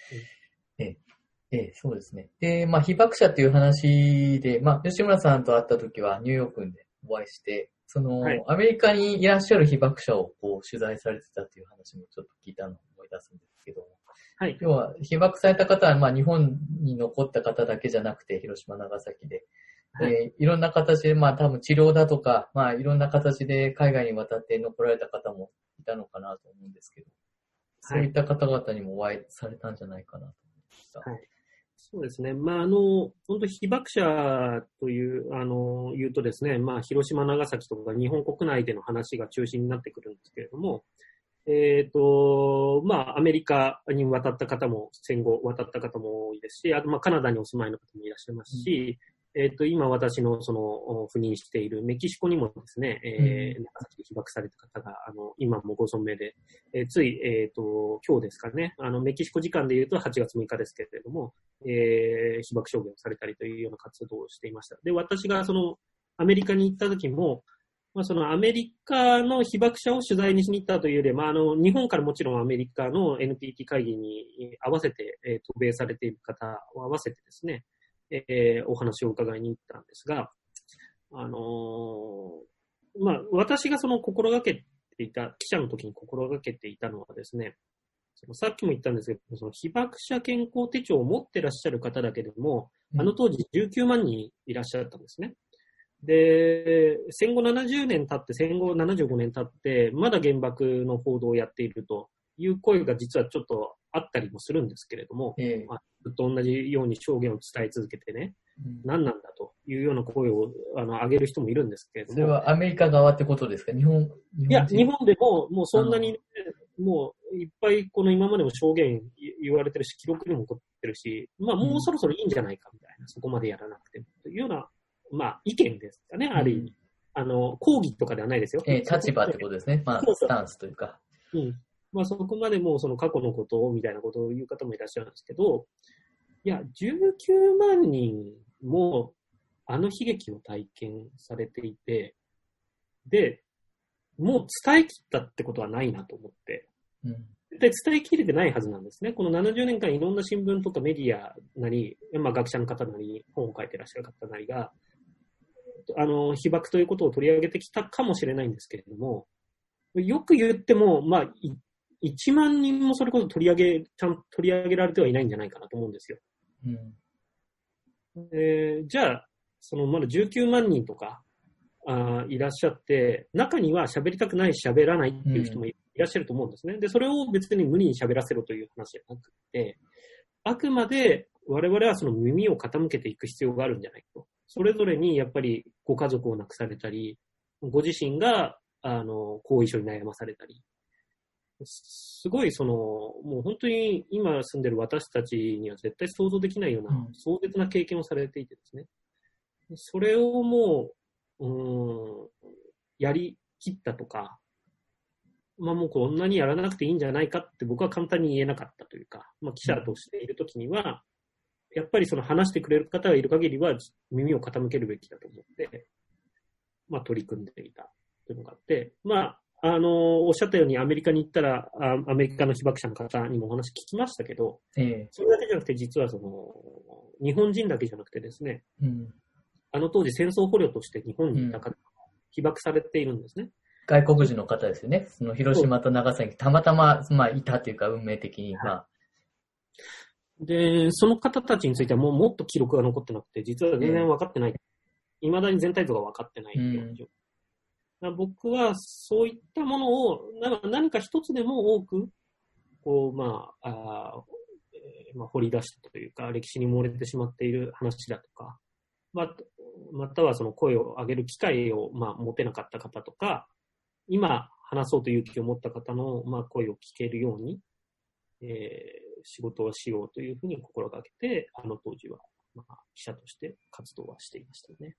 [SPEAKER 2] そうですね。で、まあ、被爆者っていう話で、まあ、吉村さんと会った時はニューヨークでお会いして、はい、アメリカにいらっしゃる被爆者をこう取材されてたっていう話もちょっと聞いたのを思い出すんですけど、はい、要は被爆された方は、まあ、日本に残った方だけじゃなくて、広島、長崎で、はい、いろんな形で、まあ、多分治療だとか、まあ、いろんな形で海外に渡って残られた方もいたのかなと思うんですけど、そういった方々にもお会いされたんじゃないかなと思いました。
[SPEAKER 3] はい、そうですね。まあ、本当被爆者という、言うとですね、まあ、広島、長崎とか日本国内での話が中心になってくるんですけれども、まあ、アメリカに渡った方も、戦後渡った方も多いですし、あと、まあ、カナダにお住まいの方もいらっしゃいますし、今私の赴任しているメキシコにもですね、長崎で被爆された方が、今もご存命で、つい、今日ですかね、メキシコ時間で言うと8月6日ですけれども、被爆証言をされたりというような活動をしていました。で、私がアメリカに行った時も、 そのアメリカの被爆者を取材にしに行ったというより、日本からもちろんアメリカの NPT 会議に合わせて、渡米されている方を合わせてですね、お話を伺いに行ったんですが、私がその心がけていた、記者の時に心がけていたのはですね、さっきも言ったんですけど、その被爆者健康手帳を持ってらっしゃる方だけでも、当時19万人いらっしゃったんですね。で、戦後70年経って、戦後75年経って、まだ原爆の報道をやっているという声が実はちょっとあったりもするんですけれども、ずっと同じように証言を伝え続けてね、何なんだというような声を上げる人もいるんですけれども。
[SPEAKER 2] それはアメリカ側ってことですか？日本
[SPEAKER 3] いや、日本でも、もうそんなに、ね、もういっぱいこの今までも証言言われてるし、記録にも残ってるし、もうそろそろいいんじゃないかみたいな、そこまでやらなくてもというような、意見ですかね、ある意味。抗議とかではないですよ。
[SPEAKER 2] 立場ってことですね。スタンスというか。
[SPEAKER 3] そこまでもうその過去のことをみたいなことを言う方もいらっしゃるんですけど、いや、19万人もあの悲劇を体験されていて、で、もう伝え切ったってことはないなと思って、で伝え切れてないはずなんですね。この70年間いろんな新聞とかメディアなり、学者の方なり、本を書いてらっしゃる方なりが、被爆ということを取り上げてきたかもしれないんですけれども、よく言っても、1万人もそれこそちゃんと取り上げられてはいないんじゃないかなと思うんですよ。じゃあ、まだ19万人とかいらっしゃって、中には喋りたくないし喋らないっていう人もいらっしゃると思うんですね。で、それを別に無理に喋らせろという話じゃなくて、あくまで我々はその耳を傾けていく必要があるんじゃないかと。それぞれにやっぱりご家族を亡くされたり、ご自身が後遺症に悩まされたり、すごいもう本当に今住んでる私たちには絶対想像できないような壮絶な経験をされていてですね。それをもう、やりきったとか、もうこんなにやらなくていいんじゃないかって僕は簡単に言えなかったというか、記者としているときには、やっぱり話してくれる方がいる限りは耳を傾けるべきだと思って、取り組んでいたというのがあって、おっしゃったようにアメリカに行ったら、アメリカの被爆者の方にもお話聞きましたけど、それだけじゃなくて実は日本人だけじゃなくてですね、当時戦争捕虜として日本にいた方が被爆されているんですね。
[SPEAKER 2] 外国人の方ですよね。広島と長崎にたまたま、いたというか運命的に。
[SPEAKER 3] で、その方たちについてはもっと記録が残ってなくて、実は全然分かってない。未だに全体像が分かってないような状況。僕はそういったものを何か一つでも多く、掘り出したというか、歴史に埋もれてしまっている話だとか、またはその声を上げる機会を持てなかった方とか、今話そうという気を持った方の声を聞けるように、仕事をしようというふうに心がけて、当時は記者として活動はしていましたね。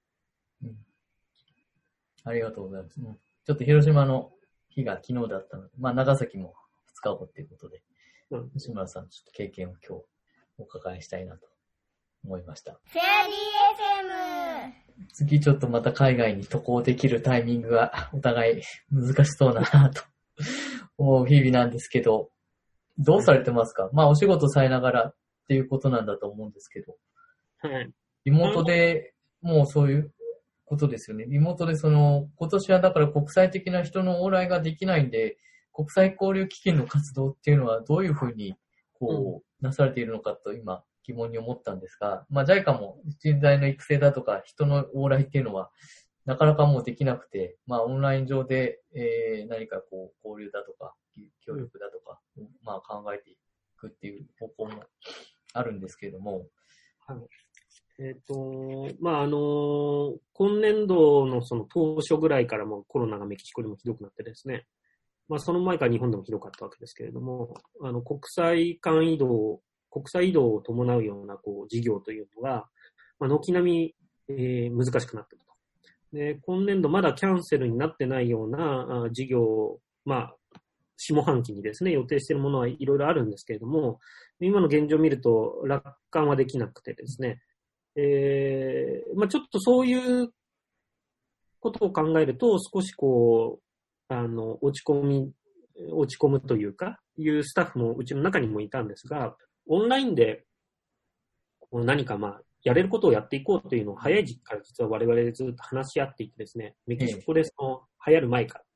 [SPEAKER 2] ありがとうございます。ちょっと広島の日が昨日だったので、長崎も2日後ということで、吉村さん、ちょっと経験を今日お伺いしたいなと思いました。
[SPEAKER 1] フェアリー FM。
[SPEAKER 2] 次ちょっとまた海外に渡航できるタイミングがお互い難しそうだなと思う日々なんですけど、どうされてますか？お仕事されながらっていうことなんだと思うんですけど、リモートでもうそういうことですよね。リモートで今年はだから国際的な人の往来ができないんで、国際交流基金の活動っていうのはどういうふうになされているのかと今疑問に思ったんですが、JICA も人材の育成だとか人の往来っていうのはなかなかもうできなくて、オンライン上で、何か交流だとか協力だとか、考えていくっていう方向もあるんですけれども、
[SPEAKER 3] 今年度の当初ぐらいからもコロナがメキシコでもひどくなってですね、その前から日本でもひどかったわけですけれども、国際移動を伴うような事業というのが、軒並み、難しくなっていると。で、今年度まだキャンセルになってないような事業を、下半期にですね、予定しているものはいろいろあるんですけれども、今の現状を見ると楽観はできなくてですね、ちょっとそういうことを考えると、少しこう、落ち込むというか、いうスタッフもうちの中にもいたんですが、オンラインで何かやれることをやっていこうというのを早い時期から実は我々ずっと話し合っていてですね、メキシコで流行る前から。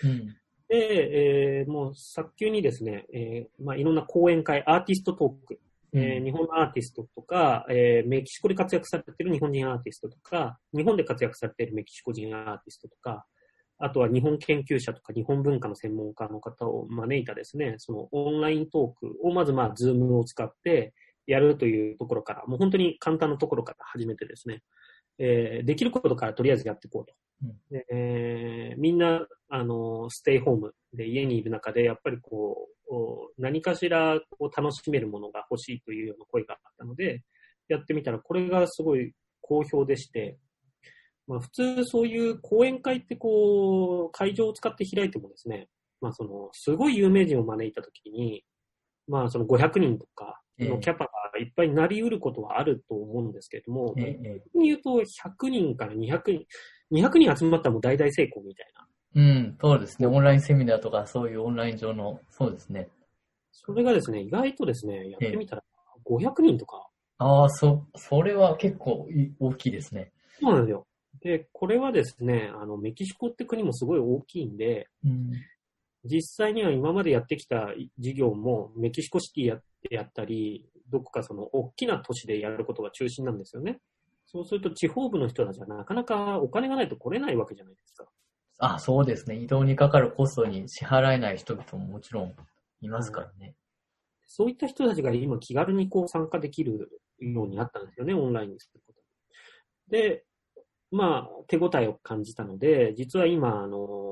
[SPEAKER 3] で、もう早急にですね、いろんな講演会、アーティストトーク、日本のアーティストとか、メキシコで活躍されている日本人アーティストとか、日本で活躍されているメキシコ人アーティストとか、あとは日本研究者とか日本文化の専門家の方を招いたですね、そのオンライントークをまずズームを使ってやるというところから、もう本当に簡単なところから始めてですね、できることからとりあえずやっていこうと。でみんな、ステイホームで家にいる中で、やっぱり何かしら楽しめるものが欲しいというような声があったので、やってみたらこれがすごい好評でして、普通そういう講演会って会場を使って開いてもですね、すごい有名人を招いたときに、その500人とかのキャパがいっぱいになり得ることはあると思うんですけれども、逆に言うと100人から200人集まったらもう大々成功みたいな。
[SPEAKER 2] そうですね。オンラインセミナーとかそういうオンライン上の、そうですね。
[SPEAKER 3] それがですね、意外とですね、やってみたら500人とか。
[SPEAKER 2] それは結構大きいですね。
[SPEAKER 3] そうなんですよ。で、これはですね、メキシコって国もすごい大きいんで、実際には今までやってきた事業もメキシコシティやったり、どこかその大きな都市でやることが中心なんですよね。そうすると地方部の人たちはなかなかお金がないと来れないわけじゃないですか。
[SPEAKER 2] そうですね。移動にかかるコストに支払えない人々ももちろんいますからね。
[SPEAKER 3] そういった人たちが今気軽に参加できるようになったんですよね、オンラインにすることで。手応えを感じたので、実は今、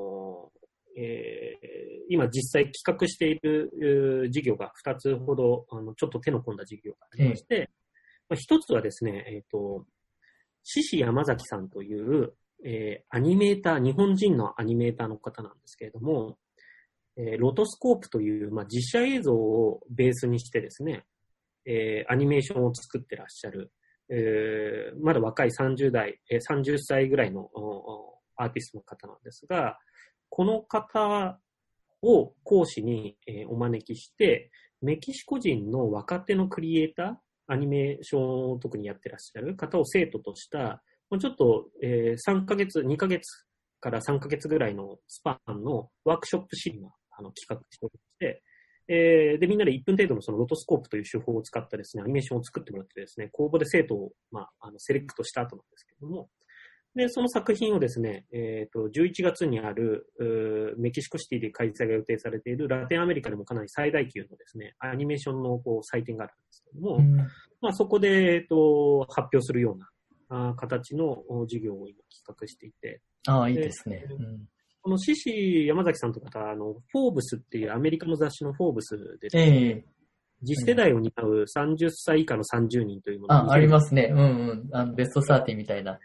[SPEAKER 3] 今実際企画している事業が2つほど、ちょっと手の込んだ事業がありまして、一つはですね、獅子山崎さんという、アニメーター、日本人のアニメーターの方なんですけれども、ロトスコープという、実写映像をベースにしてですね、アニメーションを作ってらっしゃる、まだ若い30歳ぐらいのアーティストの方なんですが、この方を講師にお招きして、メキシコ人の若手のクリエイター、アニメーションを特にやってらっしゃる方を生徒とした、ちょっと2ヶ月から3ヶ月ぐらいのスパンのワークショップシリーズ企画しておりまして、で、みんなで1分程度のそのロトスコープという手法を使ったですね、アニメーションを作ってもらってですね、公募で生徒を、セレクトした後なんですけれども、で、その作品をですね、11月にある、メキシコシティで開催が予定されているラテンアメリカでもかなり最大級のですね、アニメーションの祭典があるんですけれども、そこで、発表するような形の授業を今企画していて。
[SPEAKER 2] いいですね。
[SPEAKER 3] この獅子山崎さんという方は、フォーブスっていうアメリカの雑誌のフォーブスでですね、次世代を担う30歳以下の30人というもの
[SPEAKER 2] ありますね。ベスト30みたいな。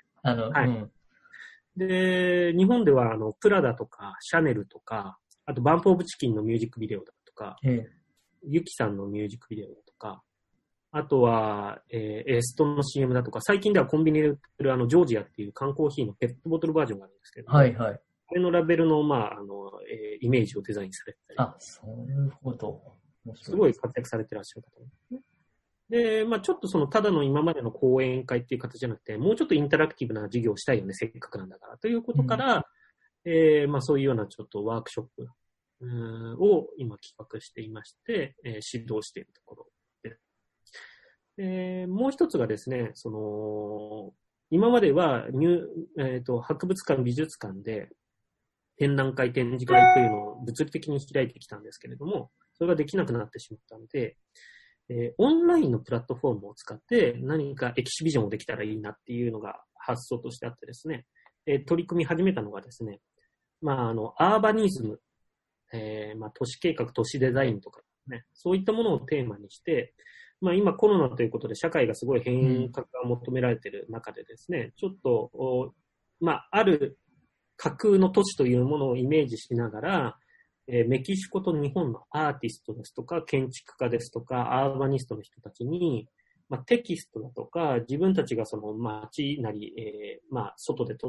[SPEAKER 3] で、日本では、プラダとか、シャネルとか、あと、バンプオブチキンのミュージックビデオだとか、ユキさんのミュージックビデオだとか、あとは、エストの CM だとか、最近ではコンビニで売ってるジョージアっていう缶コーヒーのペットボトルバージョンがあるんですけど、これのラベルの、イメージをデザインされてたり。
[SPEAKER 2] そういうこと。
[SPEAKER 3] すごい活躍されてらっしゃる方ですね。で、ちょっとただの今までの講演会っていう形じゃなくて、もうちょっとインタラクティブな授業をしたいよね、せっかくなんだから。ということから、そういうようなちょっとワークショップを今企画していまして、指導しているところです。もう一つがですね、今までは博物館、美術館で展覧会、展示会というのを物理的に開いてきたんですけれども、それができなくなってしまったので、オンラインのプラットフォームを使って何かエキシビジョンをできたらいいなっていうのが発想としてあってですね、取り組み始めたのがですね、アーバニズム、都市計画、都市デザインとかね、そういったものをテーマにして、今コロナということで社会がすごい変革が求められている中でですね、ちょっと、ある架空の都市というものをイメージしながら、メキシコと日本のアーティストですとか、建築家ですとか、アーバニストの人たちに、テキストだとか、自分たちがその街なり、外で撮っ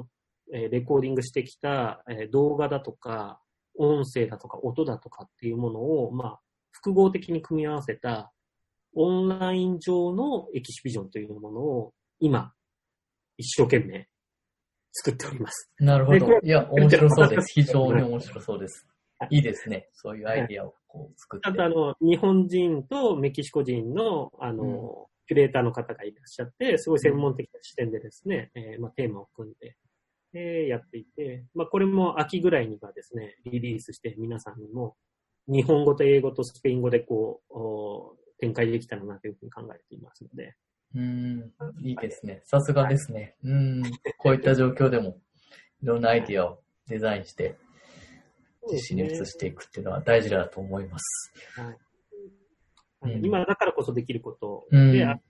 [SPEAKER 3] レコーディングしてきた、動画だとか、音声だとか、音だとかっていうものを、複合的に組み合わせた、オンライン上のエキシビジョンというものを、今、一生懸命作っております。
[SPEAKER 2] なるほど。いや、面白そうです。非常に面白そうです。いいですね。そういうアイディアを作って。
[SPEAKER 3] あと日本人とメキシコ人の、キュレーターの方がいらっしゃって、すごい専門的な視点でですね、テーマを組んで、やっていて、これも秋ぐらいにはですね、リリースして皆さんにも、日本語と英語とスペイン語で展開できたらなというふうに考えていますので。
[SPEAKER 2] いいですね。さすがですね。こういった状況でも、いろんなアイディアをデザインして、実施に移していくっていうのは大事だと思います。
[SPEAKER 3] 今だからこそできることで、あと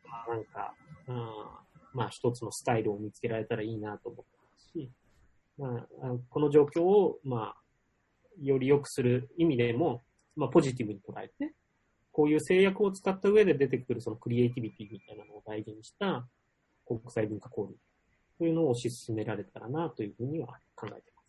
[SPEAKER 3] は一つのスタイルを見つけられたらいいなと思ってますし、この状況を、より良くする意味でも、ポジティブに捉えて、こういう制約を使った上で出てくるそのクリエイティビティみたいなのを大事にした国際文化交流というのを推し進められたらなというふうには考えています。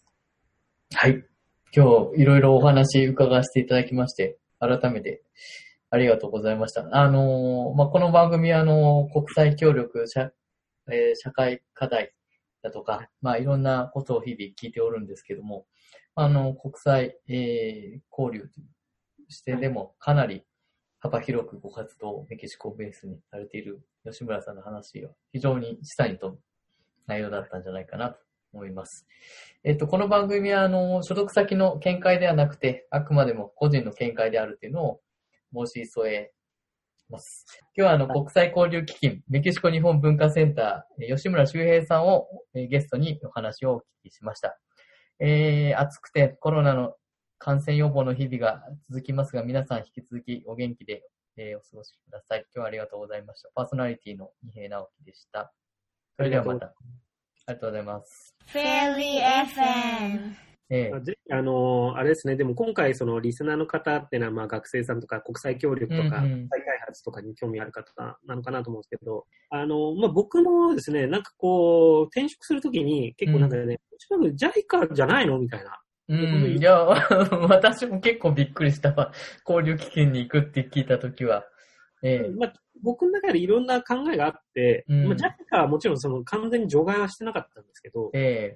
[SPEAKER 2] はい。今日いろいろお話伺わせていただきまして、改めてありがとうございました。この番組は国際協力、社会課題だとか、いろんなことを日々聞いておるんですけども、国際、交流という視点でもかなり幅広くご活動をメキシコをベースにされている吉村さんの話は非常に示唆に富む内容だったんじゃないかなと思います。この番組は所属先の見解ではなくて、あくまでも個人の見解であるというのを申し添えます。今日は国際交流基金メキシコ日本文化センター吉村修平さんをゲストにお話をお聞きしました。暑くてコロナの感染予防の日々が続きますが、皆さん引き続きお元気で、お過ごしください。今日はありがとうございました。パーソナリティの二平直樹でした。それではまた。ありがとうございます。
[SPEAKER 1] フェリー FM。
[SPEAKER 3] ぜひ、あれですね、でも今回、そのリスナーの方っていうのは、学生さんとか国際協力とか、国際開発とかに興味ある方なのかなと思うんですけど、僕もですね、転職するときに、結構JICA じゃないのみたいな。
[SPEAKER 2] いや、私も結構びっくりしたわ。交流基金に行くって聞いたときは。
[SPEAKER 3] 僕の中でいろんな考えがあって、JICA はもちろんその完全に除外はしてなかったんですけど、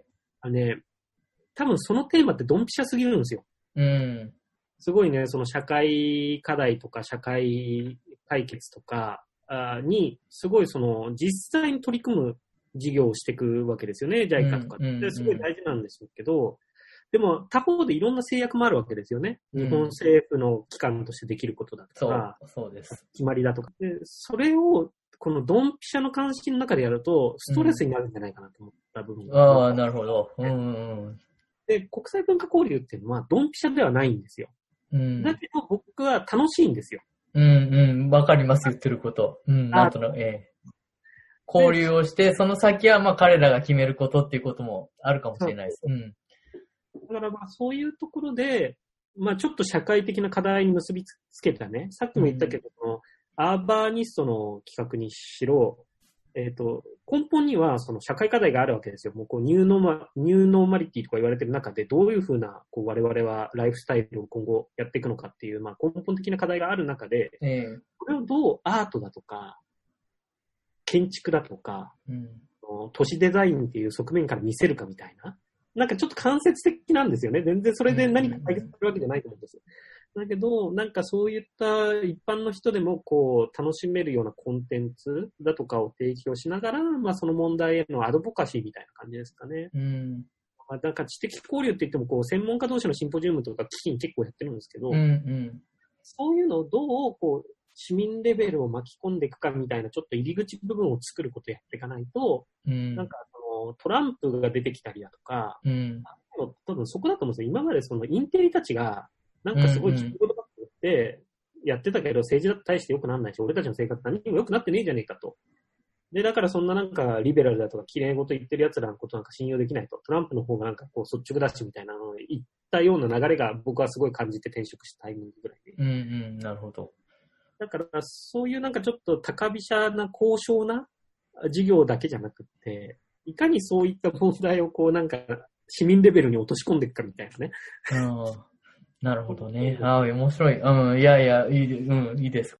[SPEAKER 3] 多分そのテーマってドンピシャすぎるんですよ。すごいね、その社会課題とか社会解決とかに、すごいその実際に取り組む事業をしていくわけですよね、JICA とかって。すごい大事なんですけど、でも他方でいろんな制約もあるわけですよね。日本政府の機関としてできることだとか、
[SPEAKER 2] そうです。
[SPEAKER 3] 決まりだとか。で、それをこのドンピシャの関心の中でやると、ストレスになるんじゃないかなと思った部分が、
[SPEAKER 2] なるほど。
[SPEAKER 3] で、国際文化交流っていうのはドンピシャではないんですよ。だけど僕は楽しいんですよ。
[SPEAKER 2] わかります、言ってること。なんとなく、交流をして、その先は彼らが決めることっていうこともあるかもしれないです。
[SPEAKER 3] だからそういうところで、ちょっと社会的な課題に結びつけたね、さっきも言ったけど、アーバーニストの企画にしろ、根本にはその社会課題があるわけですよ。もうニューノーマリティとか言われてる中で、どういうふうな我々はライフスタイルを今後やっていくのかっていう、根本的な課題がある中で、これをどうアートだとか、建築だとか、都市デザインっていう側面から見せるかみたいな。ちょっと間接的なんですよね。全然それで何か解決するわけじゃないと思うんですよ。だけど、そういった一般の人でも楽しめるようなコンテンツだとかを提供しながら、その問題へのアドボカシーみたいな感じですかね。知的交流って言っても専門家同士のシンポジウムとか基金結構やってるんですけど、そういうのをどう市民レベルを巻き込んでいくかみたいなちょっと入り口部分を作ることをやっていかないと、トランプが出てきたりだとか、多分そこだと思うんですよ。今までそのインテリたちが、すごい自分のことってやってたけど、政治だと大して良くならないし、俺たちの生活何にも良くなってねえじゃねえかと。で、だからそんなリベラルだとか綺麗事言ってる奴らのこと信用できないと。トランプの方が率直だしみたいなのを言ったような流れが僕はすごい感じて転職したタイミングぐらいで。
[SPEAKER 2] なるほど。
[SPEAKER 3] だからそういうちょっと高飛車な高尚な事業だけじゃなくって、 いかにそういった問題をこうなんか市民レベルに落とし込んでいくかみたいなね。
[SPEAKER 2] なるほどね。面白い。いやいや、いいです。